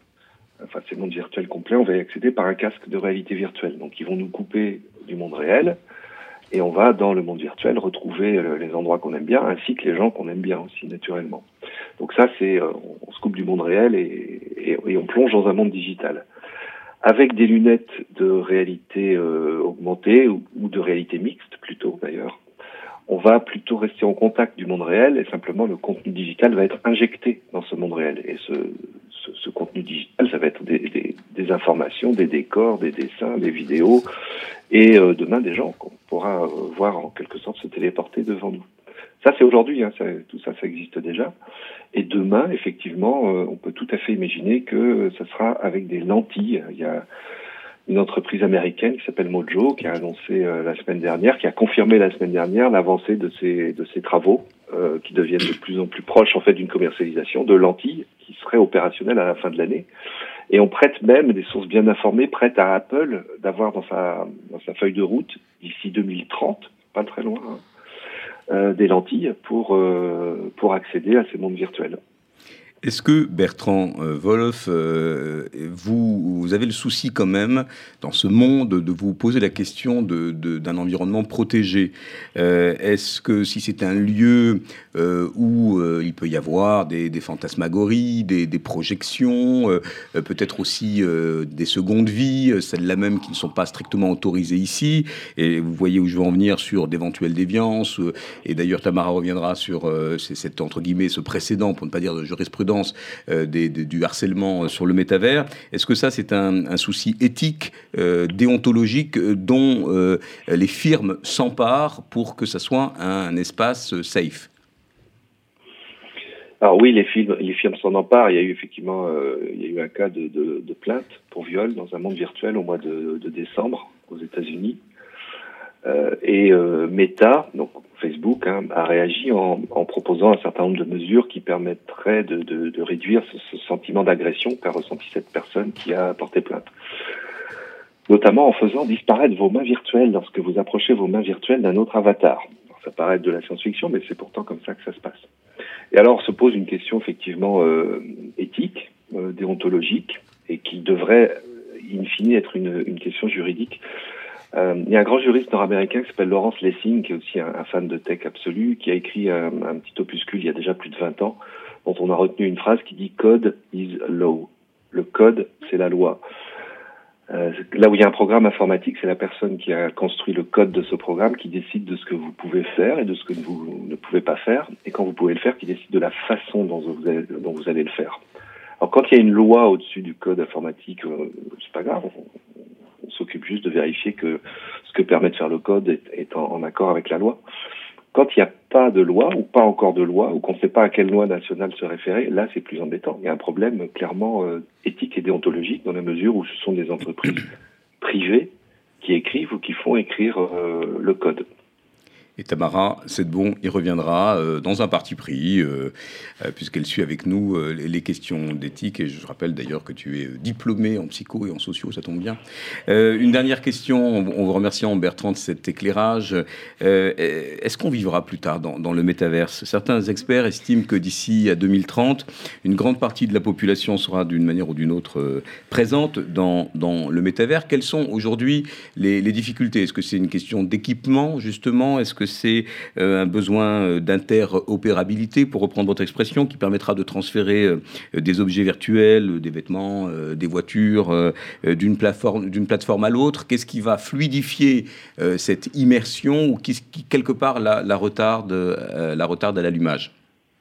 enfin c'est le monde virtuel complet, on va y accéder par un casque de réalité virtuelle. Donc ils vont nous couper du monde réel et on va dans le monde virtuel retrouver euh, les endroits qu'on aime bien, ainsi que les gens qu'on aime bien aussi naturellement. Donc ça c'est, euh, on se coupe du monde réel et, et, et on plonge dans un monde digital. Avec des lunettes de réalité euh, augmentée ou, ou de réalité mixte plutôt d'ailleurs. On va plutôt rester en contact du monde réel et simplement le contenu digital va être injecté dans ce monde réel. Et ce, ce, ce contenu digital, ça va être des, des, des informations, des décors, des dessins, des vidéos et euh, demain des gens qu'on pourra euh, voir en quelque sorte se téléporter devant nous. Ça c'est aujourd'hui, hein, ça, tout ça, ça existe déjà. Et demain, effectivement, euh, on peut tout à fait imaginer que ça sera avec des lentilles. Il y a une entreprise américaine qui s'appelle Mojo, qui a annoncé euh, la semaine dernière, qui a confirmé la semaine dernière l'avancée de ces de ces travaux, euh, qui deviennent de plus en plus proches en fait d'une commercialisation de lentilles qui seraient opérationnelles à la fin de l'année. Et on prête même, des sources bien informées prêtent à Apple d'avoir dans sa dans sa feuille de route d'ici deux mille trente, pas très loin, hein, euh, des lentilles pour euh, pour accéder à ces mondes virtuels. Est-ce que, Bertrand euh, Wolf, euh, vous, vous avez le souci quand même, dans ce monde, de vous poser la question de, de, d'un environnement protégé? euh, Est-ce que si c'est un lieu euh, où euh, il peut y avoir des, des fantasmagories, des, des projections, euh, peut-être aussi euh, des secondes vies, celles-là même qui ne sont pas strictement autorisées ici, et vous voyez où je veux en venir sur d'éventuelles déviances, euh, et d'ailleurs Tamara reviendra sur euh, cet, entre guillemets, ce précédent, pour ne pas dire de jurisprudence, Euh, des, des, du harcèlement sur le métavers. Est-ce que ça, c'est un, un souci éthique, euh, déontologique, euh, dont euh, les firmes s'emparent pour que ça soit un, un espace safe? Alors oui, les firmes, les firmes s'en emparent. Il y a eu effectivement euh, il y a eu un cas de, de, de plainte pour viol dans un monde virtuel au mois de, de décembre aux États-Unis. Euh, et euh, Meta, donc Facebook, hein, a réagi en, en proposant un certain nombre de mesures qui permettraient de, de, de réduire ce, ce sentiment d'agression qu'a ressenti cette personne qui a porté plainte. Notamment en faisant disparaître vos mains virtuelles lorsque vous approchez vos mains virtuelles d'un autre avatar. Alors, ça paraît être de la science-fiction, mais c'est pourtant comme ça que ça se passe. Et alors se pose une question effectivement euh, éthique, euh, déontologique, et qui devrait, in fine, être une, une question juridique. Euh, il y a un grand juriste nord-américain qui s'appelle Lawrence Lessig, qui est aussi un, un fan de tech absolu, qui a écrit un, un petit opuscule il y a déjà plus de vingt ans, dont on a retenu une phrase qui dit « Code is law ». Le code, c'est la loi. Euh, là où il y a un programme informatique, c'est la personne qui a construit le code de ce programme qui décide de ce que vous pouvez faire et de ce que vous ne pouvez pas faire, et quand vous pouvez le faire, qui décide de la façon dont vous allez, dont vous allez le faire. Alors quand il y a une loi au-dessus du code informatique, euh, c'est pas grave, on, on s'occupe juste de vérifier que ce que permet de faire le code est, est en, en accord avec la loi. Quand il n'y a pas de loi, ou pas encore de loi, ou qu'on ne sait pas à quelle loi nationale se référer, là c'est plus embêtant. Il y a un problème clairement euh, éthique et déontologique dans la mesure où ce sont des entreprises privées qui écrivent ou qui font écrire euh, le code. Et Tamara Sedbon y reviendra euh, dans un parti pris, euh, euh, puisqu'elle suit avec nous euh, les, les questions d'éthique. Et je rappelle d'ailleurs que tu es diplômée en psycho et en sociaux, ça tombe bien. Euh, une dernière question, on, on vous remercie Bertrand de cet éclairage. Euh, est-ce qu'on vivra plus tard dans, dans le métaverse? Certains experts estiment que d'ici à deux mille trente, une grande partie de la population sera d'une manière ou d'une autre euh, présente dans, dans le métavers. Quelles sont aujourd'hui les, les difficultés? Est-ce que c'est une question d'équipement, justement? Est-ce que c'est euh, un besoin d'interopérabilité, pour reprendre votre expression, qui permettra de transférer euh, des objets virtuels, des vêtements, euh, des voitures, euh, d'une plateforme, d'une plateforme à l'autre. Qu'est-ce qui va fluidifier euh, cette immersion ou qui, qui quelque part la, la retarde, euh, la retarde à l'allumage?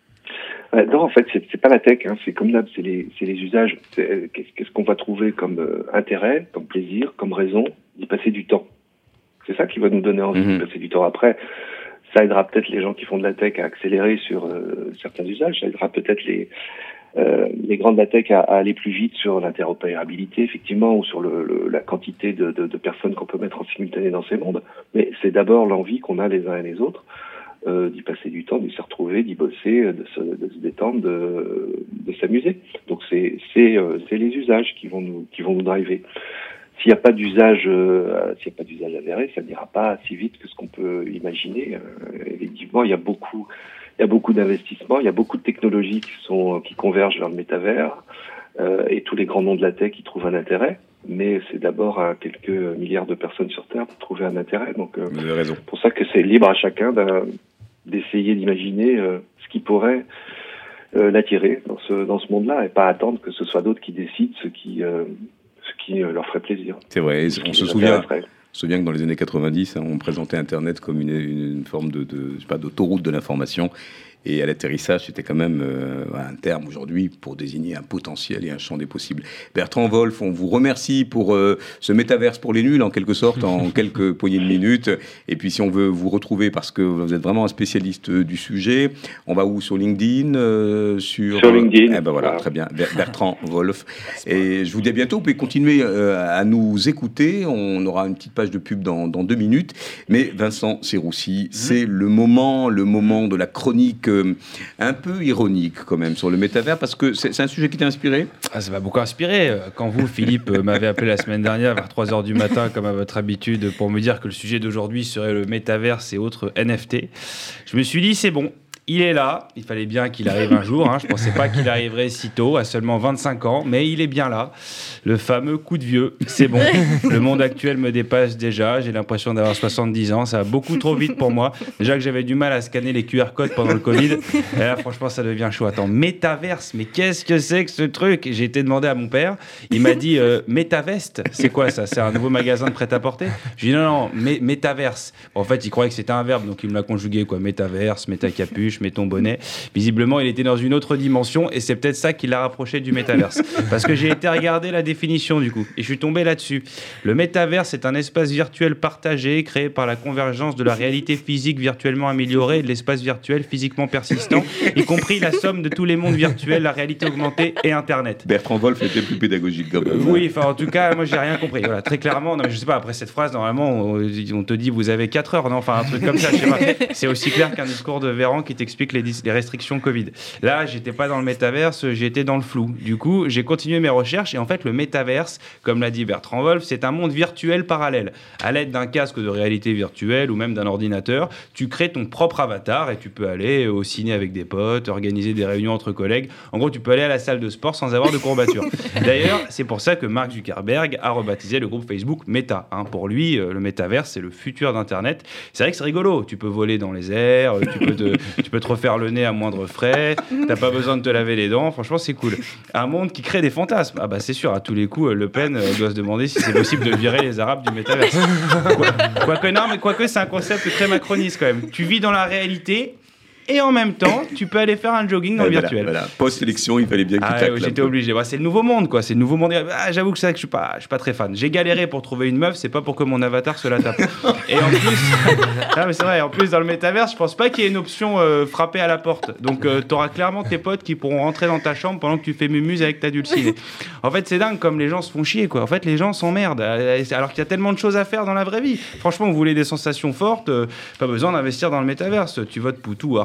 Euh, non, en fait, c'est, c'est pas la tech, hein, c'est comme d'hab, c'est les, c'est les usages. C'est, euh, qu'est-ce, qu'est-ce qu'on va trouver comme euh, intérêt, comme plaisir, comme raison d'y passer du temps. C'est ça qui va nous donner envie mmh. de passer du temps. Après, ça aidera peut-être les gens qui font de la tech à accélérer sur euh, certains usages. Ça aidera peut-être les euh, les grands de la tech à, à aller plus vite sur l'interopérabilité, effectivement, ou sur le, le, la quantité de, de, de personnes qu'on peut mettre en simultané dans ces mondes. Mais c'est d'abord l'envie qu'on a les uns et les autres Euh, d'y passer du temps, d'y se retrouver, d'y bosser, de se, de se détendre, de, de s'amuser. Donc c'est c'est euh, c'est les usages qui vont nous qui vont nous driver. S'il n'y a pas d'usage, euh, s'il n'y a pas d'usage avéré, ça n'ira pas si vite que ce qu'on peut imaginer. Euh, effectivement, il y a beaucoup il y a beaucoup d'investissements, il y a beaucoup de technologies qui sont qui convergent vers le métavers euh, et tous les grands noms de la tech y trouvent un intérêt. Mais c'est d'abord à quelques milliards de personnes sur Terre pour trouver un intérêt. Donc euh, vous avez raison. C'est pour ça que c'est libre à chacun d'un d'essayer d'imaginer euh, ce qui pourrait euh, l'attirer dans ce dans ce monde-là et pas attendre que ce soit d'autres qui décident ce qui euh, ce qui euh, leur ferait plaisir. C'est vrai. On se souvient. On se souvient que dans les années quatre-vingt-dix, hein, on présentait Internet comme une, une, une forme de, de je sais pas, d'autoroute de l'information. Et à l'atterrissage, c'était quand même euh, un terme aujourd'hui pour désigner un potentiel et un champ des possibles. Bertrand Wolf, on vous remercie pour euh, ce métaverse pour les nuls, en quelque sorte, en quelques poignées de minutes. Et puis, si on veut vous retrouver, parce que vous êtes vraiment un spécialiste du sujet, on va où? Sur LinkedIn euh, Sur, sur LinkedIn. Euh, eh ben voilà, très bien. Bertrand Wolf. Et je vous dis à bientôt. Vous pouvez continuer euh, à nous écouter. On aura une petite page de pub dans, dans deux minutes. Mais Vincent Serroussi, mmh. c'est le moment, le moment de la chronique un peu ironique quand même sur le métavers, parce que c'est, c'est un sujet qui t'a inspiré. Ah, ça m'a beaucoup inspiré. Quand vous, Philippe, m'avez appelé la semaine dernière vers trois heures du matin, comme à votre habitude, pour me dire que le sujet d'aujourd'hui serait le métavers et autres N F T, je me suis dit, c'est bon. Il est là, il fallait bien qu'il arrive un jour, hein. Je ne pensais pas qu'il arriverait si tôt, à seulement vingt-cinq ans, mais il est bien là. Le fameux coup de vieux, c'est bon. Le monde actuel me dépasse déjà, j'ai l'impression d'avoir soixante-dix ans, ça va beaucoup trop vite pour moi. Déjà que j'avais du mal à scanner les Q R codes pendant le Covid, et là franchement ça devient chaud. Attends, métaverse, mais qu'est-ce que c'est que ce truc? J'ai été demandé à mon père, il m'a dit euh, Métavest, c'est quoi ça? C'est un nouveau magasin de prêt-à-porter? Je lui ai dit non, non, mé- métaverse. Bon, en fait, il croyait que c'était un verbe, donc il me l'a conjugué, quoi. Métaverse, métacapuche, mets ton bonnet. Visiblement, il était dans une autre dimension et c'est peut-être ça qui l'a rapproché du métaverse. Parce que j'ai été regarder la définition du coup et je suis tombé là-dessus. Le métaverse est un espace virtuel partagé créé par la convergence de la réalité physique virtuellement améliorée et de l'espace virtuel physiquement persistant, y compris la somme de tous les mondes virtuels, la réalité augmentée et Internet. Bertrand Wolf était plus pédagogique quand même. Oui, enfin en tout cas, moi j'ai rien compris. Voilà, très clairement, non, mais je sais pas, après cette phrase, normalement, on, on te dit vous avez quatre heures, non, enfin un truc comme ça, je sais pas. C'est aussi clair qu'un discours de Véran qui t'explique les, les restrictions Covid. Là, j'étais pas dans le métaverse, j'étais dans le flou. Du coup, j'ai continué mes recherches et en fait, le métaverse, comme l'a dit Bertrand Wolf, c'est un monde virtuel parallèle. À l'aide d'un casque de réalité virtuelle ou même d'un ordinateur, tu crées ton propre avatar et tu peux aller au ciné avec des potes, organiser des réunions entre collègues. En gros, tu peux aller à la salle de sport sans avoir de courbature. D'ailleurs, c'est pour ça que Mark Zuckerberg a rebaptisé le groupe Facebook Meta. Hein, pour lui, le métaverse, c'est le futur d'Internet. C'est vrai que c'est rigolo. Tu peux voler dans les airs, tu peux te, tu peux te refaire le nez à moindre frais, t'as pas besoin de te laver les dents. Franchement, c'est cool. Un monde qui crée des fantasmes. Ah bah c'est sûr, à tous les coups, Le Pen doit se demander si c'est possible de virer les Arabes du métaverse. Quoi, quoique non, mais quoique c'est un concept très macroniste quand même. Tu vis dans la réalité. Et en même temps, tu peux aller faire un jogging dans le voilà, virtuel. Voilà. Post-élection, il fallait bien que tu ah, tacles. Ouais, j'étais obligé. Bah, c'est le nouveau monde, quoi. C'est le nouveau monde. Ah, j'avoue que c'est vrai que je suis pas, je suis pas très fan. J'ai galéré pour trouver une meuf. C'est pas pour que mon avatar se la tape. Et en plus, ah, mais c'est vrai. En plus, dans le métaverse, je pense pas qu'il y ait une option euh, frapper à la porte. Donc, euh, t'auras clairement tes potes qui pourront rentrer dans ta chambre pendant que tu fais mumuse avec ta dulcinée. En fait, c'est dingue comme les gens se font chier, quoi. En fait, les gens s'emmerdent. Alors qu'il y a tellement de choses à faire dans la vraie vie. Franchement, vous voulez des sensations fortes, euh, pas besoin d'investir dans le métaverse. Tu votes Poutou, Arte,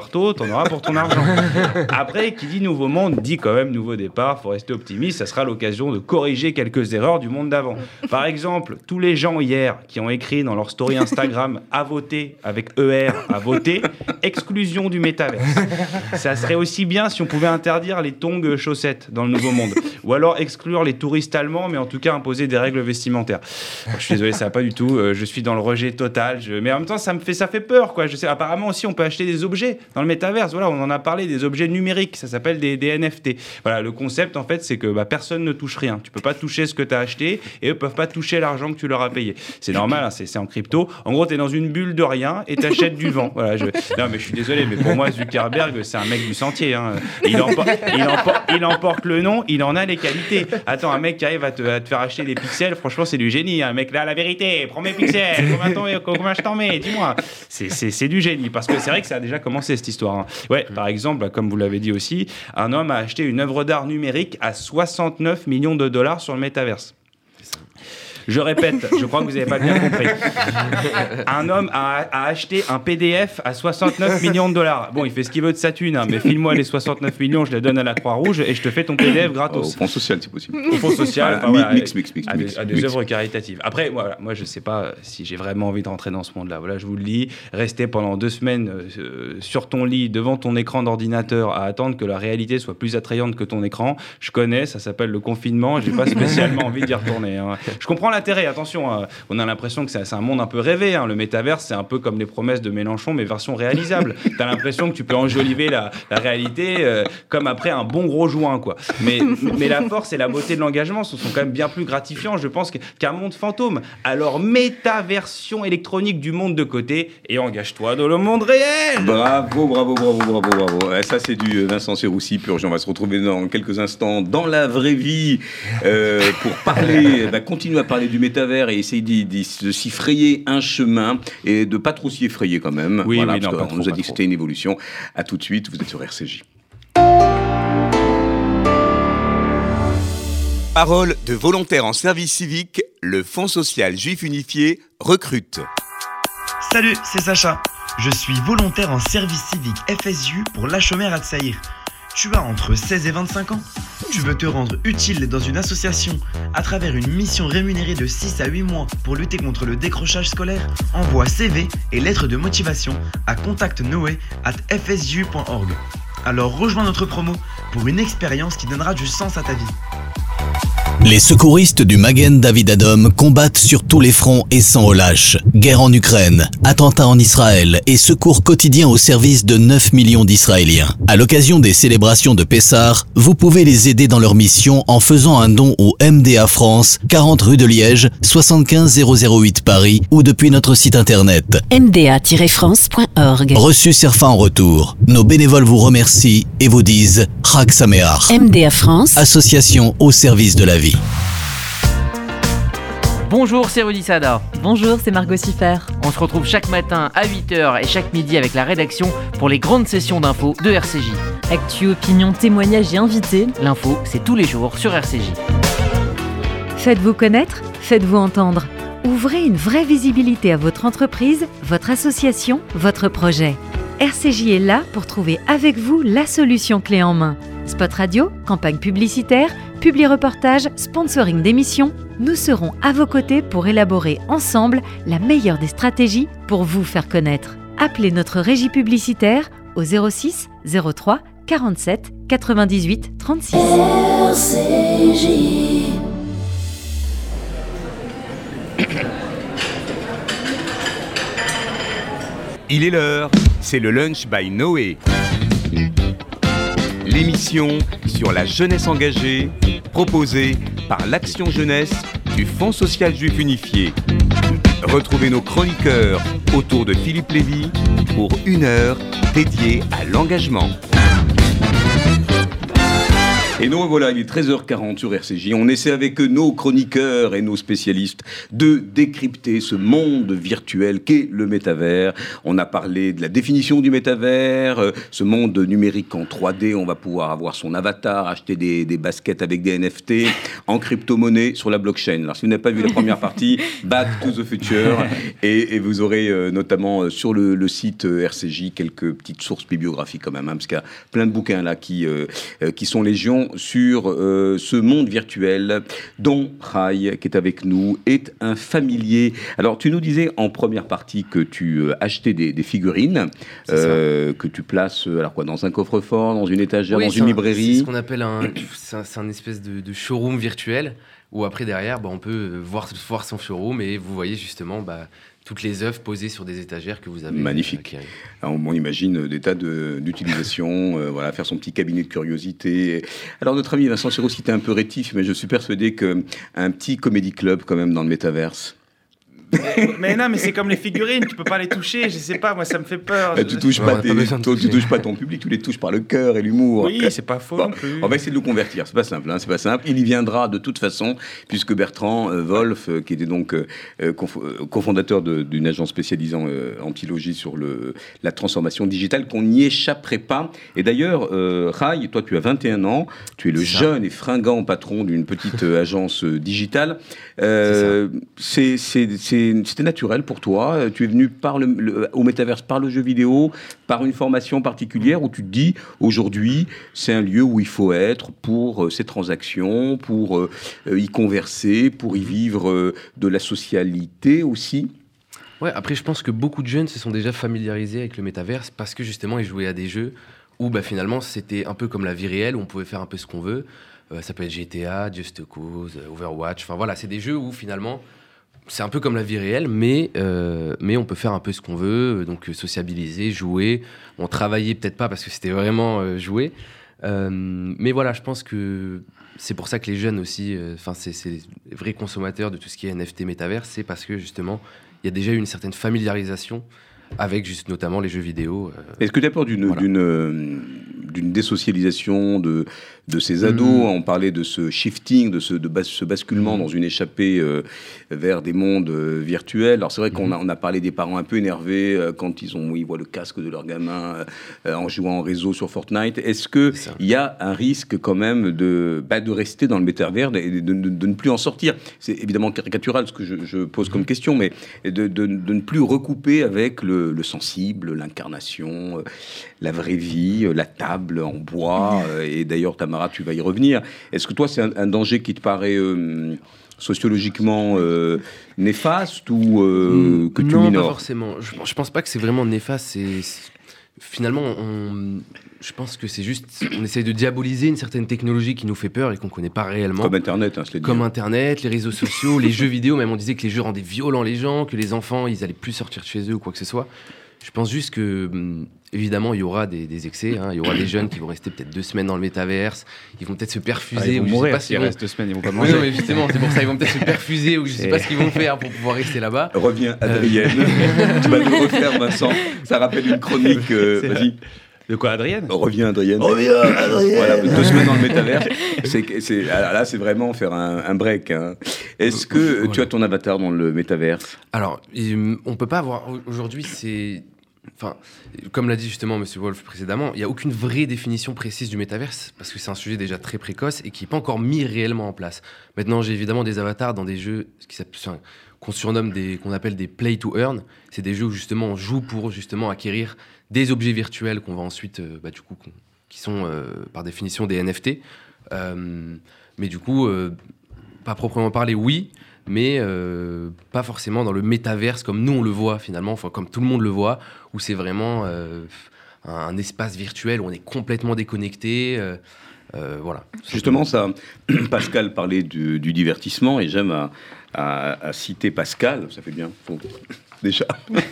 marteau, t'en auras pour ton argent. Après, qui dit nouveau monde, dit quand même nouveau départ, faut rester optimiste, ça sera l'occasion de corriger quelques erreurs du monde d'avant. Par exemple, tous les gens hier qui ont écrit dans leur story Instagram « à voter » avec E R, à voter, exclusion du métaverse. Ça serait aussi bien si on pouvait interdire les tongs chaussettes dans le nouveau monde. Ou alors exclure les touristes allemands, mais en tout cas imposer des règles vestimentaires. Bon, je suis désolé, ça va pas du tout. Euh, je suis dans le rejet total. Je... Mais en même temps, ça me fait, ça fait peur, quoi. Je sais, apparemment aussi, on peut acheter des objets dans le métaverse. Voilà, on en a parlé, des objets numériques. Ça s'appelle des, des N F T. Voilà, le concept, en fait, c'est que bah, personne ne touche rien. Tu peux pas toucher ce que tu as acheté et eux peuvent pas toucher l'argent que tu leur as payé. C'est normal, hein, c'est, c'est en crypto. En gros, tu es dans une bulle de rien et tu achètes du vent. Voilà, je... Non, mais je suis désolé, mais pour moi, Zuckerberg, c'est un mec du sentier. Hein. Il, emporte, il, emporte, il emporte le nom, il en a les qualités. Attends, un mec qui arrive à te, à te faire acheter des pixels, franchement, c'est du génie. Un mec là, la vérité, prends mes pixels, combien, combien je t'en mets, dis-moi. C'est, c'est, c'est du génie, parce que c'est vrai que ça a déjà commencé cette histoire. Hein. Ouais, par exemple, comme vous l'avez dit aussi, un homme a acheté une œuvre d'art numérique à soixante-neuf millions de dollars sur le métaverse. Je répète, je crois que vous n'avez pas bien compris. Un homme a, a acheté un P D F à soixante-neuf millions de dollars. Bon, il fait ce qu'il veut de sa thune, hein, mais file-moi les soixante-neuf millions, je les donne à la Croix-Rouge et je te fais ton P D F gratos. Au fonds social, c'est possible. Au fonds social, voilà, enfin, voilà, mix, mix, mix, à, mix, des, à des mix. œuvres caritatives. Après, voilà, moi, je ne sais pas si j'ai vraiment envie de rentrer dans ce monde-là. Voilà, je vous le dis, rester pendant deux semaines euh, sur ton lit, devant ton écran d'ordinateur, à attendre que la réalité soit plus attrayante que ton écran, je connais, ça s'appelle le confinement, j'ai pas spécialement envie d'y retourner. Hein. Je comprends l'intérêt, attention, hein, on a l'impression que c'est, c'est un monde un peu rêvé. Hein. Le métaverse, c'est un peu comme les promesses de Mélenchon, mais version réalisable. Tu as l'impression que tu peux enjoliver la, la réalité euh, comme après un bon gros joint, quoi. Mais, mais la force et la beauté de l'engagement ce sont quand même bien plus gratifiants, je pense, qu'un monde fantôme. Alors, métaversion électronique du monde de côté et engage-toi dans le monde réel. Bravo, bravo, bravo, bravo, bravo. Et ça, c'est du Vincent Serroussi purge. On va se retrouver dans quelques instants dans la vraie vie euh, pour parler, bah, continuer à parler du métavers et essayer d'y de s'y frayer un chemin et de pas trop s'y effrayer quand même. Oui, voilà, oui, parce non, qu'on pas nous trop, a dit que trop. c'était une évolution. À tout de suite, vous êtes sur R C J. Parole de volontaires en service civique, le Fonds social juif unifié recrute. Salut, c'est Sacha. Je suis volontaire en service civique F S J U pour l'Achomer à Tsaïr. Tu as entre seize et vingt-cinq ans. Tu veux te rendre utile dans une association à travers une mission rémunérée de six à huit mois pour lutter contre le décrochage scolaire? Envoie C V et lettres de motivation à contact noé arobase f s j u point org. Alors rejoins notre promo pour une expérience qui donnera du sens à ta vie. Les secouristes du Magen David Adom combattent sur tous les fronts et sans relâche. Guerre en Ukraine, attentats en Israël et secours quotidiens au service de neuf millions d'Israéliens. À l'occasion des célébrations de Pessah, vous pouvez les aider dans leur mission en faisant un don au M D A France, quarante rue de Liège, soixante-quinze zéro zéro huit Paris ou depuis notre site internet m d a tiret france point org. Reçu Serfa en retour. Nos bénévoles vous remercient et vous disent Chag Sameach. M D A France, Association au service de la vie. Bonjour, c'est Rudy Sada. Bonjour, c'est Margot Siffer. On se retrouve chaque matin à huit heures et chaque midi avec la rédaction pour les grandes sessions d'infos de R C J. Actu, opinion, témoignages et invités. L'info, c'est tous les jours sur R C J. Faites-vous connaître, faites-vous entendre. Ouvrez une vraie visibilité à votre entreprise, votre association, votre projet. R C J est là pour trouver avec vous la solution clé en main. Spot radio, campagne publicitaire, publi-reportage, sponsoring d'émissions, nous serons à vos côtés pour élaborer ensemble la meilleure des stratégies pour vous faire connaître. Appelez notre régie publicitaire au zéro six zéro trois quarante-sept quatre-vingt-dix-huit trente-six. R C J. Il est l'heure, c'est le Lunch by Noé. L'émission sur la jeunesse engagée, proposée par l'Action Jeunesse du Fonds social juif unifié. Retrouvez nos chroniqueurs autour de Philippe Lévy pour une heure dédiée à l'engagement. Et nous voilà, il est treize heures quarante sur R C J. On essaie avec nos chroniqueurs et nos spécialistes de décrypter ce monde virtuel qu'est le métavers. On a parlé de la définition du métavers, euh, ce monde numérique en trois D. On va pouvoir avoir son avatar, acheter des, des baskets avec des N F T en crypto-monnaie sur la blockchain. Alors si vous n'avez pas vu la première partie, Back to the Future, et, et vous aurez euh, notamment euh, sur le, le site euh, R C J quelques petites sources bibliographiques quand même, hein, parce qu'il y a plein de bouquins là qui, euh, euh, qui sont légion sur euh, ce monde virtuel dont Rai, qui est avec nous, est un familier. Alors, tu nous disais en première partie que tu euh, achetais des, des figurines euh, que tu places alors quoi, dans un coffre-fort, dans une étagère, oui, dans une un, librairie. C'est ce qu'on appelle un, c'est un, c'est un espèce de, de showroom virtuel où après derrière, bah, on peut voir, voir son showroom et vous voyez justement bah, toutes les œuvres posées sur des étagères que vous avez. Magnifique. Euh, Alors, on imagine des tas de, d'utilisations, euh, voilà, faire son petit cabinet de curiosité. Alors, notre ami Vincent Sirossi était un peu rétif, mais je suis persuadé qu'un petit comédie club, quand même, dans le métaverse. Mais, mais non, mais c'est comme les figurines, tu peux pas les toucher, je sais pas, moi ça me fait peur. Bah, tu touches ouais, pas, tes, pas toi, tu touches pas ton public, tu les touches par le cœur et l'humour. Oui, c'est pas faux bon, non plus. On va essayer de le convertir, c'est pas simple, hein, c'est pas simple. Il y viendra de toute façon, puisque Bertrand euh, Wolf, euh, qui était donc euh, conf- euh, cofondateur de, d'une agence spécialisée en euh, antilogie sur le, la transformation digitale, qu'on n'y échapperait pas. Et d'ailleurs, euh, Rai, toi tu as vingt et un ans, tu es le c'est jeune ça. et fringant patron d'une petite euh, agence euh, digitale. Euh, c'est, c'est, c'est, c'était naturel pour toi, tu es venu par le, le, au métaverse par le jeu vidéo, par une formation particulière où tu te dis aujourd'hui c'est un lieu où il faut être pour euh, ces transactions, pour euh, y converser, pour y vivre euh, de la socialité aussi. Ouais, après je pense que beaucoup de jeunes se sont déjà familiarisés avec le métaverse parce que justement ils jouaient à des jeux où bah, finalement c'était un peu comme la vie réelle où on pouvait faire un peu ce qu'on veut. Euh, ça peut être G T A, Just Cause, Overwatch, enfin voilà, c'est des jeux où finalement c'est un peu comme la vie réelle, mais, euh, mais on peut faire un peu ce qu'on veut, donc sociabiliser, jouer. On travaillait peut-être pas parce que c'était vraiment euh, jouer. Euh, mais voilà, je pense que c'est pour ça que les jeunes aussi, enfin euh, c'est, c'est les vrais consommateurs de tout ce qui est N F T métavers, c'est parce que justement, il y a déjà eu une certaine familiarisation avec juste notamment les jeux vidéo. Euh, Est-ce que tu as peur d'une, voilà. d'une, euh, d'une désocialisation de, de ces ados? mmh. On parlait de ce shifting, de ce, de bas, ce basculement mmh. dans une échappée euh, vers des mondes euh, virtuels. Alors c'est vrai mmh. qu'on a, on a parlé des parents un peu énervés euh, quand ils, ont, ils voient le casque de leur gamin euh, en jouant en réseau sur Fortnite. Est-ce qu'il y a un risque quand même de, bah, de rester dans le métavers et de, de, de, de ne plus en sortir? C'est évidemment caricatural ce que je, je pose mmh. comme question, mais de, de, de ne plus recouper avec le Le, le sensible, l'incarnation, euh, la vraie vie, euh, la table en bois. Euh, et d'ailleurs, Tamara, tu vas y revenir. Est-ce que toi, c'est un, un danger qui te paraît euh, sociologiquement euh, néfaste ou euh, que tu non, minores? Non, pas forcément. Je, je pense pas que c'est vraiment néfaste. C'est, c'est... Finalement, on... je pense que c'est juste... On essaye de diaboliser une certaine technologie qui nous fait peur et qu'on connaît pas réellement. Comme Internet, hein, je l'ai dit. Comme Internet, les réseaux sociaux, les jeux vidéo. Même on disait que les jeux rendaient violents les gens, que les enfants, ils allaient plus sortir de chez eux ou quoi que ce soit. Je pense juste que, évidemment, il y aura des, des excès. Hein. Il y aura des jeunes qui vont rester peut-être deux semaines dans le métaverse. Ils vont peut-être se perfuser. Ah, ils vont ou mourir je sais pas s'ils vont... restent deux semaines. Ils vont pas manger. Oui, non, mais justement, c'est pour ça. Ils vont peut-être se perfuser ou je sais pas ce qu'ils vont faire pour pouvoir rester là-bas. Reviens, Adrienne. Euh... tu vas nous refaire, Vincent. Ça rappelle une chronique. Euh, vas-y. De quoi, Adrienne? Reviens, Adrienne. Reviens, Adrienne. Voilà, deux semaines dans le métavers. C'est, c'est, là, c'est vraiment faire un, un break. Hein. Est-ce que voilà. tu as ton avatar dans le métavers? Alors, on peut pas avoir... Aujourd'hui, c'est... Enfin, comme l'a dit justement Monsieur Wolf précédemment, il n'y a aucune vraie définition précise du métaverse parce que c'est un sujet déjà très précoce et qui n'est pas encore mis réellement en place. Maintenant, j'ai évidemment des avatars dans des jeux qui enfin, qu'on surnomme des, qu'on appelle des play to earn. C'est des jeux où justement on joue pour justement acquérir des objets virtuels qu'on va ensuite, euh, bah, du coup, qui sont euh, par définition des N F T. Euh, mais du coup, euh, pas proprement parler, oui. mais euh, pas forcément dans le métaverse comme nous on le voit finalement, enfin comme tout le monde le voit, où c'est vraiment euh, un, un espace virtuel où on est complètement déconnecté. Euh, euh, voilà. Justement, ça, Pascal parlait du, du divertissement et j'aime à, à, à citer Pascal, ça fait bien, faut, déjà.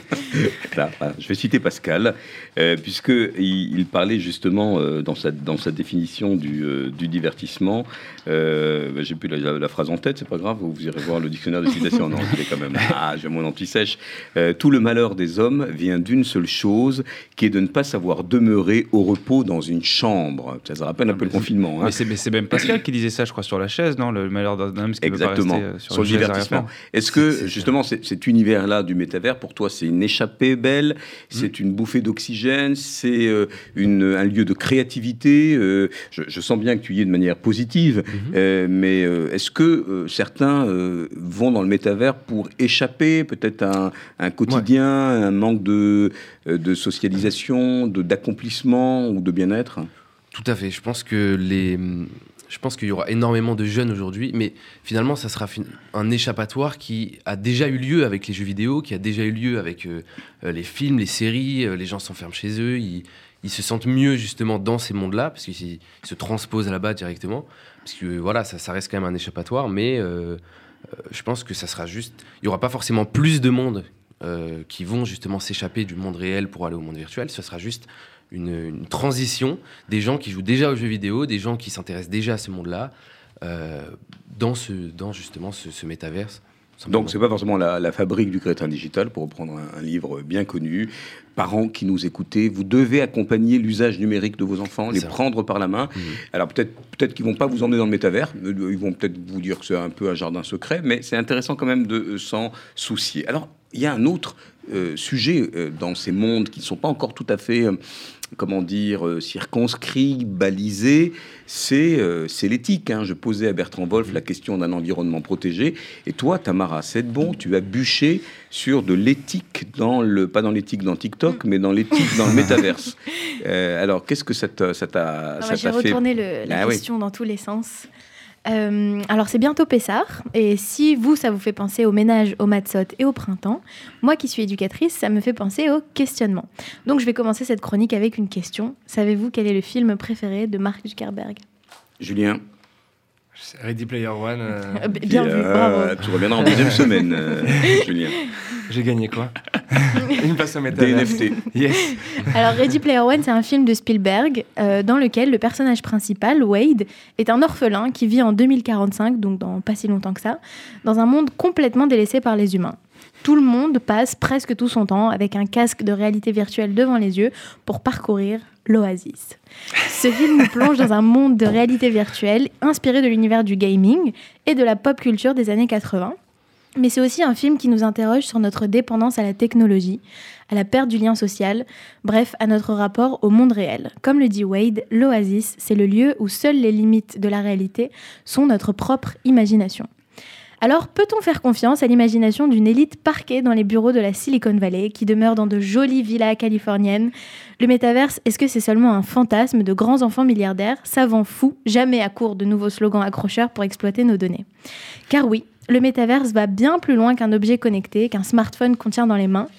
Là, voilà, je vais citer Pascal, euh, puisqu'il il parlait justement euh, dans, sa, dans sa définition du, euh, du divertissement. Euh, ben, j'ai plus la, la, la phrase en tête, c'est pas grave, vous irez voir le dictionnaire de citation. Non, je l'ai quand même. Ah, j'ai mon anti-sèche. Euh, tout le malheur des hommes vient d'une seule chose, qui est de ne pas savoir demeurer au repos dans une chambre. Ça, ça rappelle un peu le confinement. Hein. Mais, c'est, mais c'est même Pascal qui disait ça, je crois, sur la chaise, non ? Le malheur d'un homme, ce qui Exactement. Veut pas rester, euh, sur, sur le divertissement. Est-ce que, c'est, c'est justement, c'est, cet univers-là du métavers, pour toi, c'est une échappée belle, c'est mmh. une bouffée d'oxygène, c'est euh, une, un lieu de créativité. euh, je, je sens bien que tu y es de manière positive, mmh. euh, mais euh, est-ce que euh, certains euh, vont dans le métavers pour échapper peut-être à un, un quotidien, ouais. un manque de, de socialisation, de, d'accomplissement ou de bien-être ? Tout à fait. Je pense que les... Je pense qu'il y aura énormément de jeunes aujourd'hui, mais finalement, ça sera un échappatoire qui a déjà eu lieu avec les jeux vidéo, qui a déjà eu lieu avec euh, les films, les séries. Euh, les gens s'enferment chez eux, ils, ils se sentent mieux justement dans ces mondes-là, parce qu'ils ils se transposent là-bas directement. Parce que voilà, ça, ça reste quand même un échappatoire, mais euh, euh, je pense que ça sera juste... Il n'y aura pas forcément plus de monde euh, qui vont justement s'échapper du monde réel pour aller au monde virtuel. Ce sera juste... Une, une transition des gens qui jouent déjà aux jeux vidéo, des gens qui s'intéressent déjà à ce monde-là, euh, dans, ce, dans justement ce, ce métaverse. Donc c'est pas forcément la, la fabrique du crétin digital, pour reprendre un, un livre bien connu. Parents qui nous écoutez, vous devez accompagner l'usage numérique de vos enfants, les prendre par la main. Mmh. Alors peut-être, peut-être qu'ils vont pas vous emmener dans le métavers, ils vont peut-être vous dire que c'est un peu un jardin secret, mais c'est intéressant quand même de euh, s'en soucier. Alors il y a un autre euh, sujet euh, dans ces mondes qui ne sont pas encore tout à fait, euh, comment dire, euh, circonscrits, balisés, c'est, euh, c'est l'éthique. Hein. Je posais à Bertrand Wolff la question d'un environnement protégé, et toi, Tamara Sedbon, tu as bûché sur de l'éthique, dans le, pas dans l'éthique dans TikTok, mais dans l'éthique dans le métaverse. Euh, alors, qu'est-ce que ça t'a, ça t'a, ça J'ai t'a fait retourné le, la ah, question oui. dans tous les sens. Euh, alors c'est bientôt Pessard, et si vous, ça vous fait penser au ménage, au matzot et au printemps, moi qui suis éducatrice, ça me fait penser au questionnement. Donc je vais commencer cette chronique avec une question. Savez-vous quel est le film préféré de Mark Zuckerberg ? Julien ? Ready Player One. Euh... Bien vu, euh, bravo. Tu reviendras en deuxième semaine, euh, Julien. J'ai gagné quoi ? Une passe au métavers. Des N F T. Yes. Alors Ready Player One, c'est un film de Spielberg euh, dans lequel le personnage principal, Wade, est un orphelin qui vit en deux mille quarante-cinq, donc dans pas si longtemps que ça, dans un monde complètement délaissé par les humains. Tout le monde passe presque tout son temps avec un casque de réalité virtuelle devant les yeux pour parcourir l'oasis. Ce film nous plonge dans un monde de réalité virtuelle inspiré de l'univers du gaming et de la pop culture des années quatre-vingts. Mais c'est aussi un film qui nous interroge sur notre dépendance à la technologie, à la perte du lien social, bref, à notre rapport au monde réel. Comme le dit Wade, l'oasis, c'est le lieu où seules les limites de la réalité sont notre propre imagination. Alors, peut-on faire confiance à l'imagination d'une élite parquée dans les bureaux de la Silicon Valley, qui demeure dans de jolies villas californiennes ? Le métaverse, est-ce que c'est seulement un fantasme de grands enfants milliardaires, savants fous, jamais à court de nouveaux slogans accrocheurs pour exploiter nos données ? Car oui, le métaverse va bien plus loin qu'un objet connecté, qu'un smartphone qu'on tient dans les mains.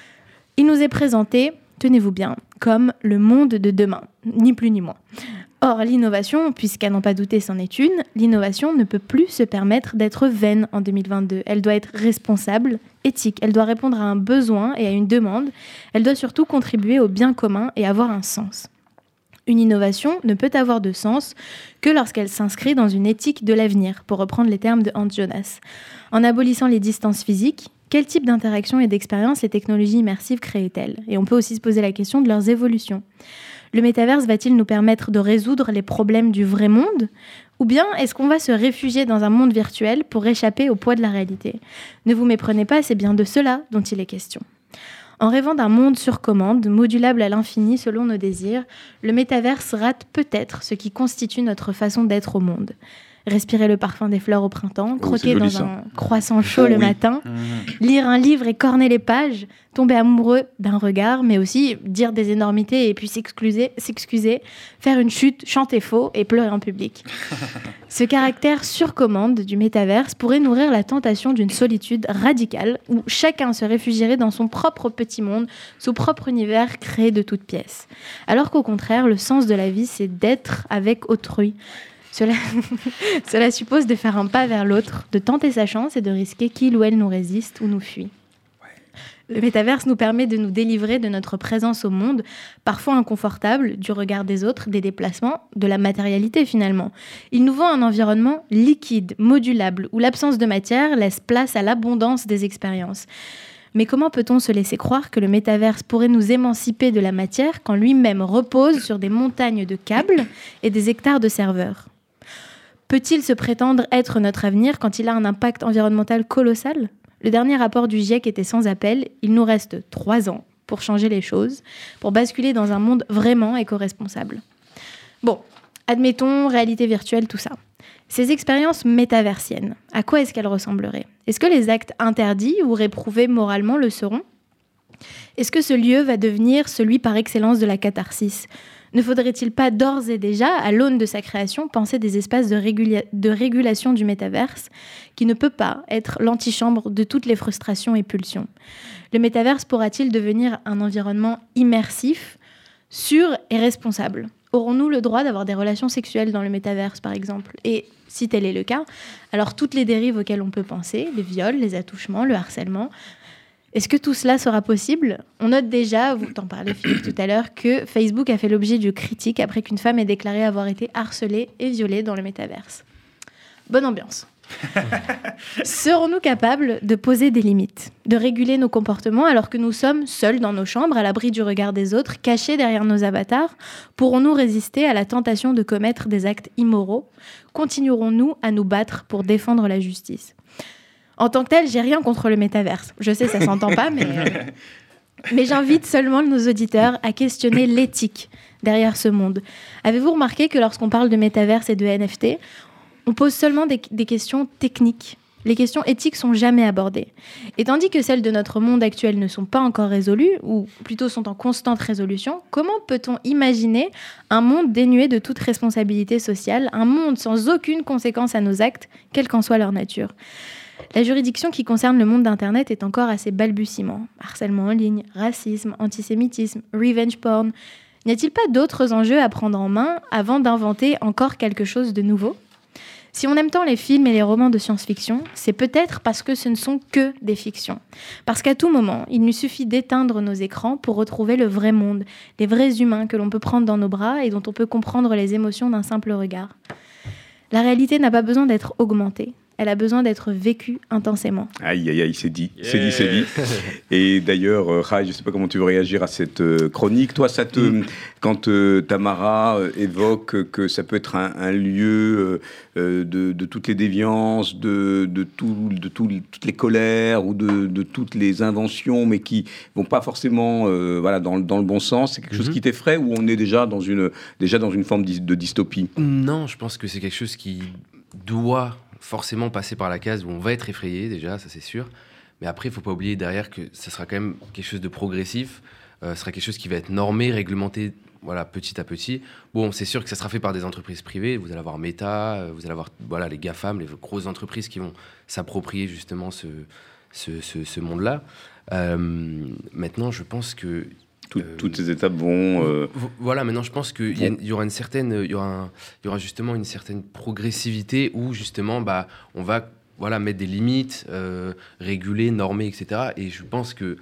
Il nous est présenté, tenez-vous bien, comme le monde de demain, ni plus ni moins. Or, l'innovation, puisqu'à n'en pas douter c'en est une, l'innovation ne peut plus se permettre d'être vaine en deux mille vingt-deux. Elle doit être responsable, éthique, elle doit répondre à un besoin et à une demande, elle doit surtout contribuer au bien commun et avoir un sens. Une innovation ne peut avoir de sens que lorsqu'elle s'inscrit dans une éthique de l'avenir, pour reprendre les termes de Hans Jonas. En abolissant les distances physiques, quel type d'interaction et d'expérience les technologies immersives créent-elles ? Et on peut aussi se poser la question de leurs évolutions. Le métaverse va-t-il nous permettre de résoudre les problèmes du vrai monde ? Ou bien est-ce qu'on va se réfugier dans un monde virtuel pour échapper au poids de la réalité ? Ne vous méprenez pas, c'est bien de cela dont il est question. En rêvant d'un monde sur commande, modulable à l'infini selon nos désirs, le métaverse rate peut-être ce qui constitue notre façon d'être au monde. Respirer le parfum des fleurs au printemps, croquer oh, dans ça. un croissant chaud oh, le oui. matin, Mmh. lire un livre et corner les pages, tomber amoureux d'un regard, mais aussi dire des énormités et puis s'excuser, s'excuser, faire une chute, chanter faux et pleurer en public. Ce caractère sur commande du métaverse pourrait nourrir la tentation d'une solitude radicale où chacun se réfugierait dans son propre petit monde, son propre univers créé de toutes pièces. Alors qu'au contraire, le sens de la vie, c'est d'être avec autrui. Cela, Cela suppose de faire un pas vers l'autre, de tenter sa chance et de risquer qu'il ou elle nous résiste ou nous fuit. Le métaverse nous permet de nous délivrer de notre présence au monde, parfois inconfortable, du regard des autres, des déplacements, de la matérialité finalement. Il nous vend un environnement liquide, modulable, où l'absence de matière laisse place à l'abondance des expériences. Mais comment peut-on se laisser croire que le métaverse pourrait nous émanciper de la matière quand lui-même repose sur des montagnes de câbles et des hectares de serveurs ? Peut-il se prétendre être notre avenir quand il a un impact environnemental colossal ? Le dernier rapport du GIEC était sans appel. Il nous reste trois ans pour changer les choses, pour basculer dans un monde vraiment éco-responsable. Bon, admettons, réalité virtuelle, tout ça. Ces expériences métaversiennes, à quoi est-ce qu'elles ressembleraient ? Est-ce que les actes interdits ou réprouvés moralement le seront ? Est-ce que ce lieu va devenir celui par excellence de la catharsis ? Ne faudrait-il pas d'ores et déjà, à l'aune de sa création, penser des espaces de, régula- de régulation du métaverse qui ne peut pas être l'antichambre de toutes les frustrations et pulsions ? Le métaverse pourra-t-il devenir un environnement immersif, sûr et responsable ? Aurons-nous le droit d'avoir des relations sexuelles dans le métaverse, par exemple ? Et si tel est le cas, alors toutes les dérives auxquelles on peut penser, les viols, les attouchements, le harcèlement, est-ce que tout cela sera possible ? On note déjà, vous t'en parlez Philippe tout à l'heure, que Facebook a fait l'objet de critiques après qu'une femme ait déclaré avoir été harcelée et violée dans le métaverse. Bonne ambiance. Serons-nous capables de poser des limites, de réguler nos comportements alors que nous sommes seuls dans nos chambres, à l'abri du regard des autres, cachés derrière nos avatars ? Pourrons-nous résister à la tentation de commettre des actes immoraux ? Continuerons-nous à nous battre pour défendre la justice ? En tant que tel, j'ai rien contre le métaverse. Je sais, ça s'entend pas, mais, euh... mais j'invite seulement nos auditeurs à questionner l'éthique derrière ce monde. Avez-vous remarqué que lorsqu'on parle de métaverse et de N F T, on pose seulement des, des questions techniques. Les questions éthiques sont jamais abordées. Et tandis que celles de notre monde actuel ne sont pas encore résolues, ou plutôt sont en constante résolution, comment peut-on imaginer un monde dénué de toute responsabilité sociale, un monde sans aucune conséquence à nos actes, quelle qu'en soit leur nature ? La juridiction qui concerne le monde d'Internet est encore assez balbutiement. Harcèlement en ligne, racisme, antisémitisme, revenge porn. N'y a-t-il pas d'autres enjeux à prendre en main avant d'inventer encore quelque chose de nouveau ? Si on aime tant les films et les romans de science-fiction, c'est peut-être parce que ce ne sont que des fictions. Parce qu'à tout moment, il nous suffit d'éteindre nos écrans pour retrouver le vrai monde, les vrais humains que l'on peut prendre dans nos bras et dont on peut comprendre les émotions d'un simple regard. La réalité n'a pas besoin d'être augmentée. Elle a besoin d'être vécue intensément. Aïe, aïe, aïe, c'est dit, yeah. c'est dit, c'est dit. Et d'ailleurs, euh, Rai, je ne sais pas comment tu veux réagir à cette euh, chronique. Toi, ça te, mm. quand euh, Tamara euh, évoque que ça peut être un, un lieu euh, de, de toutes les déviances, de, de, tout, de tout, toutes les colères ou de, de toutes les inventions, mais qui ne vont pas forcément euh, voilà, dans, dans le bon sens, c'est quelque mm-hmm. chose qui t'effraie ou on est déjà dans une, déjà dans une forme de dystopie ? Non, je pense que c'est quelque chose qui doit forcément passer par la case où on va être effrayé déjà, ça c'est sûr, mais après il ne faut pas oublier derrière que ça sera quand même quelque chose de progressif, euh, ce sera quelque chose qui va être normé, réglementé voilà, petit à petit. Bon, c'est sûr que ça sera fait par des entreprises privées, vous allez avoir Meta, vous allez avoir voilà, les GAFAM, les grosses entreprises qui vont s'approprier justement ce, ce, ce, ce monde-là. Euh, maintenant, je pense que Tout, euh, toutes ces étapes vont... Euh... Voilà, maintenant je pense qu'il y, y aura une certaine, il y aura, un, il y aura justement une certaine progressivité où justement bah, on va voilà, mettre des limites, euh, réguler, normer, et cetera. Et je pense que,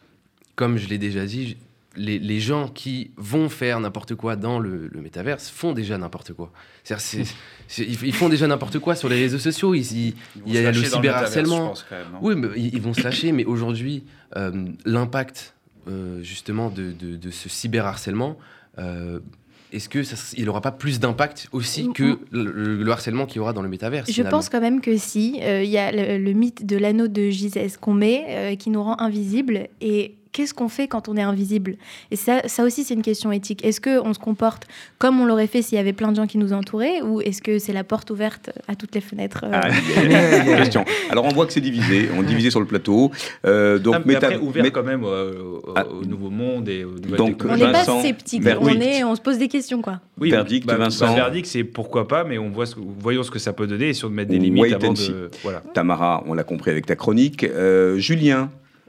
comme je l'ai déjà dit, les, les gens qui vont faire n'importe quoi dans le, le métaverse font déjà n'importe quoi. C'est-à-dire, c'est, c'est, ils font déjà n'importe quoi sur les réseaux sociaux. Ils, ils, il y a le cyberharcèlement. Oui, mais ils, ils vont se lâcher, mais aujourd'hui, euh, l'impact... Euh, justement de, de, de ce cyberharcèlement, euh, est-ce qu'il n'aura pas plus d'impact aussi que le, le harcèlement qu'il y aura dans le métaverse ? Je finalement. pense quand même que si. Il euh, y a le, le mythe de l'anneau de Gizès qu'on met, euh, qui nous rend invisibles. Et qu'est-ce qu'on fait quand on est invisible ? Et ça, ça aussi, c'est une question éthique. Est-ce qu'on se comporte comme on l'aurait fait s'il y avait plein de gens qui nous entouraient, ou est-ce que c'est la porte ouverte à toutes les fenêtres ? euh... ah, question. Alors, on voit que c'est divisé. On est divisé sur le plateau. Euh, donc, ah, mais méta... après, ouvert mét... quand même euh, au, ah. au nouveau monde et aux nouvelles donc, technologies. On n'est pas Vincent, sceptique. verdict. On, est, on se pose des questions, quoi. Oui, verdict, bah, Vincent. Bah, verdict, c'est pourquoi pas, mais on voit ce, voyons ce que ça peut donner et sur de mettre des limites Wait avant and de... Voilà. Tamara, on l'a compris avec ta chronique. Euh, Julien ?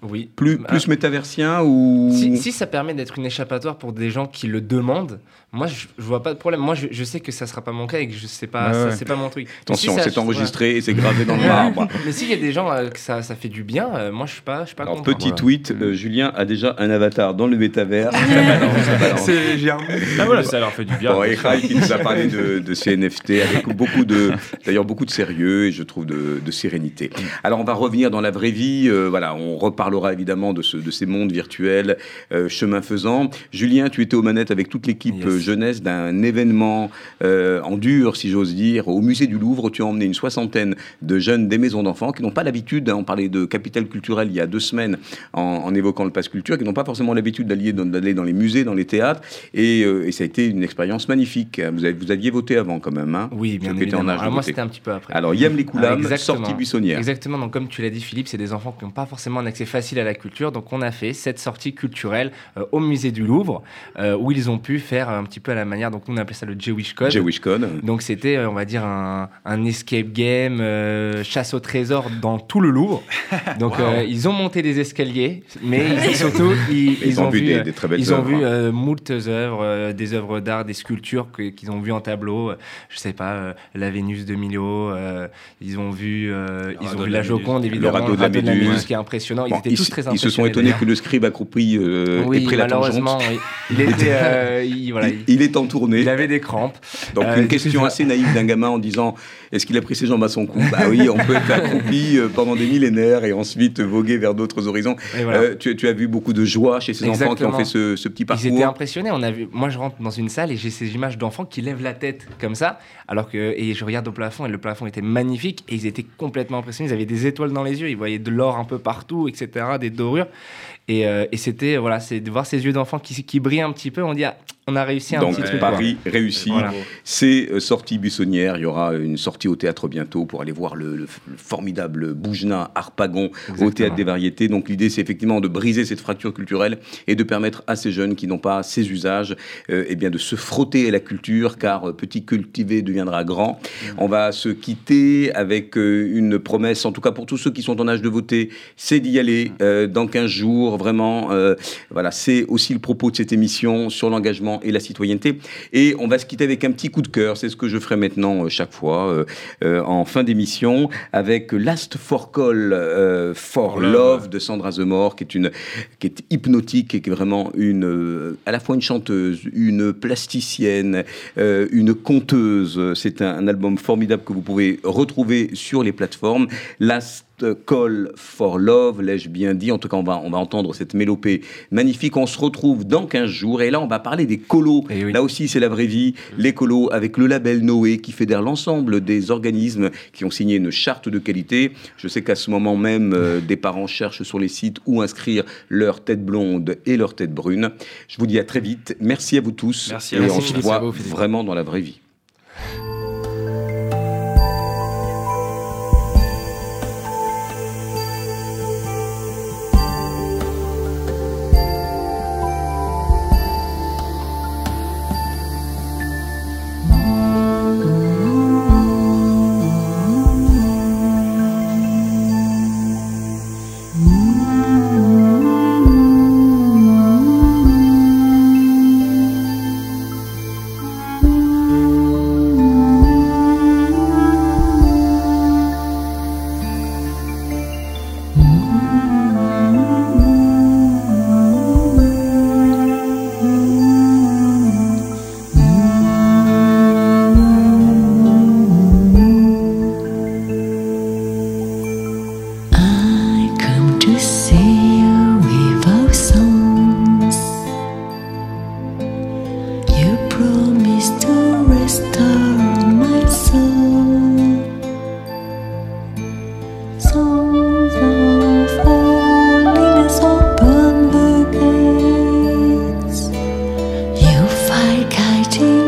Oui. Plus, Bah, plus métaversien ou... Si, si ça permet d'être une échappatoire pour des gens qui le demandent, moi je, je vois pas de problème. Moi je, je sais que ça sera pas mon cas et que je sais pas, Ouais, ça, ouais. c'est pas mon truc. Attention, Mais si ça- c'est enregistré voilà. et c'est gravé dans le marbre. Mais s'il y a des gens euh, que ça, ça fait du bien, euh, moi je suis pas, je suis pas Alors, content. petit tweet, euh, Julien a déjà un avatar dans le métavers. Ça balance, ça balance. C'est- j'ai un- Ah voilà, ça leur fait du bien. Bon, et Rai qui nous a parlé de, de ces N F T avec beaucoup de, d'ailleurs beaucoup de sérieux et je trouve de, de sérénité. Alors on va revenir dans la vraie vie. Euh, voilà, on reparlera évidemment de, ce, de ces mondes virtuels, euh, chemin faisant. Julien, tu étais aux manettes avec toute l'équipe Yes. euh, jeunesse d'un événement euh, en dur, si j'ose dire, au musée du Louvre. Tu as emmené une soixantaine de jeunes des maisons d'enfants qui n'ont pas l'habitude. Hein, on parlait de capital culturel il y a deux semaines en, en évoquant le pass culture, qui n'ont pas forcément l'habitude d'aller dans, d'aller dans les musées, dans les théâtres. Et, euh, et ça a été une expérience magnifique. Vous, avez, vous aviez voté avant quand même. Hein, Oui, bien Ceux qui étaient en évidemment. âge de Alors moi voter. c'était un petit peu après. Alors Yam les Koulam, Ah, sortie buissonnière. Exactement, donc comme tu l'as dit Philippe, c'est des enfants qui n'ont pas forcément un accès facile à la culture, donc on a fait cette sortie culturelle euh, au musée du Louvre, euh, où ils ont pu faire un petit peu à la manière, donc nous on appelait ça le Jewish Code. Jewish Code. Donc c'était, euh, on va dire, un, un escape game, euh, chasse au trésor dans tout le Louvre. Donc Wow. euh, ils ont monté des escaliers, mais ils- surtout ils, Ils ils ont ont vu vu, des- euh, des très belles ils ont œuvres, vu hein. euh, moult œuvres, euh, des œuvres d'art, des sculptures que- qu'ils ont vues en tableau. euh, je sais pas, euh, la Vénus de Milo. euh, ils ont vu, euh, ils radeau ont de vu la la Joconde, Méduse. évidemment, Le radeau de la Méduse. qui est impressionnant. Ils Bon, étaient ils, tous très ils impressionnés. se sont étonnés d'ailleurs. que le scribe accroupi euh, ait Oui, pris la malheureusement, tangente. oui. il était, euh, il, voilà, il, Il est en tournée. il avait des crampes. Donc Euh, une question assez naïve d'un gamin en disant est-ce qu'il a pris ses jambes à son cou? Bah oui, on peut être accroupi euh, pendant des millénaires et ensuite voguer vers d'autres horizons. Et voilà. Euh, tu, tu as vu beaucoup de joie chez ces enfants qui ont Exactement. fait ce, ce petit Ils parcours. étaient impressionnés. On a vu, moi, je rentre dans une salle et j'ai ces images d'enfants qui lèvent la tête comme ça, alors que et je regarde au plafond et le plafond était magnifique et ils étaient complètement impressionnés. Ils avaient des étoiles dans les yeux, ils voyaient de l'or un peu partout, et cetera, des dorures. Et, euh, et c'était voilà, c'est de voir ces yeux d'enfants qui, qui brillent un petit peu. On dit ah, on a réussi un Donc petit truc. Paris quoi. réussi. Voilà. C'est euh, sortie buissonnière. Il y aura une sortie au théâtre bientôt pour aller voir le, le- le formidable Boujna Harpagon au théâtre des variétés. Donc l'idée c'est effectivement de briser cette fracture culturelle et de permettre à ces jeunes qui n'ont pas ces usages euh, eh bien de se frotter à la culture, car euh, petit cultivé deviendra grand. On va se quitter avec euh, une promesse, en tout cas pour tous ceux qui sont en âge de voter, c'est d'y aller euh, dans quinze jours. Vraiment, euh, voilà, c'est aussi le propos de cette émission sur l'engagement et la citoyenneté. Et on va se quitter avec un petit coup de cœur. C'est ce que je ferai maintenant euh, chaque fois euh, euh, en fin d'émission avec Last for Call euh, for Love. Love de Sandra Zemmour, qui est une qui est hypnotique et qui est vraiment une euh, à la fois une chanteuse, une plasticienne, euh, une conteuse. C'est un, un album formidable que vous pouvez retrouver sur les plateformes. Last Call for Love, l'ai-je bien dit? En tout cas, on va, on va entendre cette mélopée magnifique. On se retrouve dans quinze jours. Et là, on va parler des colos. Et oui. Là aussi, c'est la vraie vie. Les colos avec le label Noé qui fédère l'ensemble des organismes qui ont signé une charte de qualité. Je sais qu'à ce moment même, euh, des parents cherchent sur les sites où inscrire leur tête blonde et leur tête brune. Je vous dis à très vite. Merci à vous tous. Merci et à vous. on Merci se Philippe, voit à vous, Philippe. vraiment dans la vraie vie. I come to see you with our songs. You promised to restore my soul. Songs of holiness open the gates. You fight guiding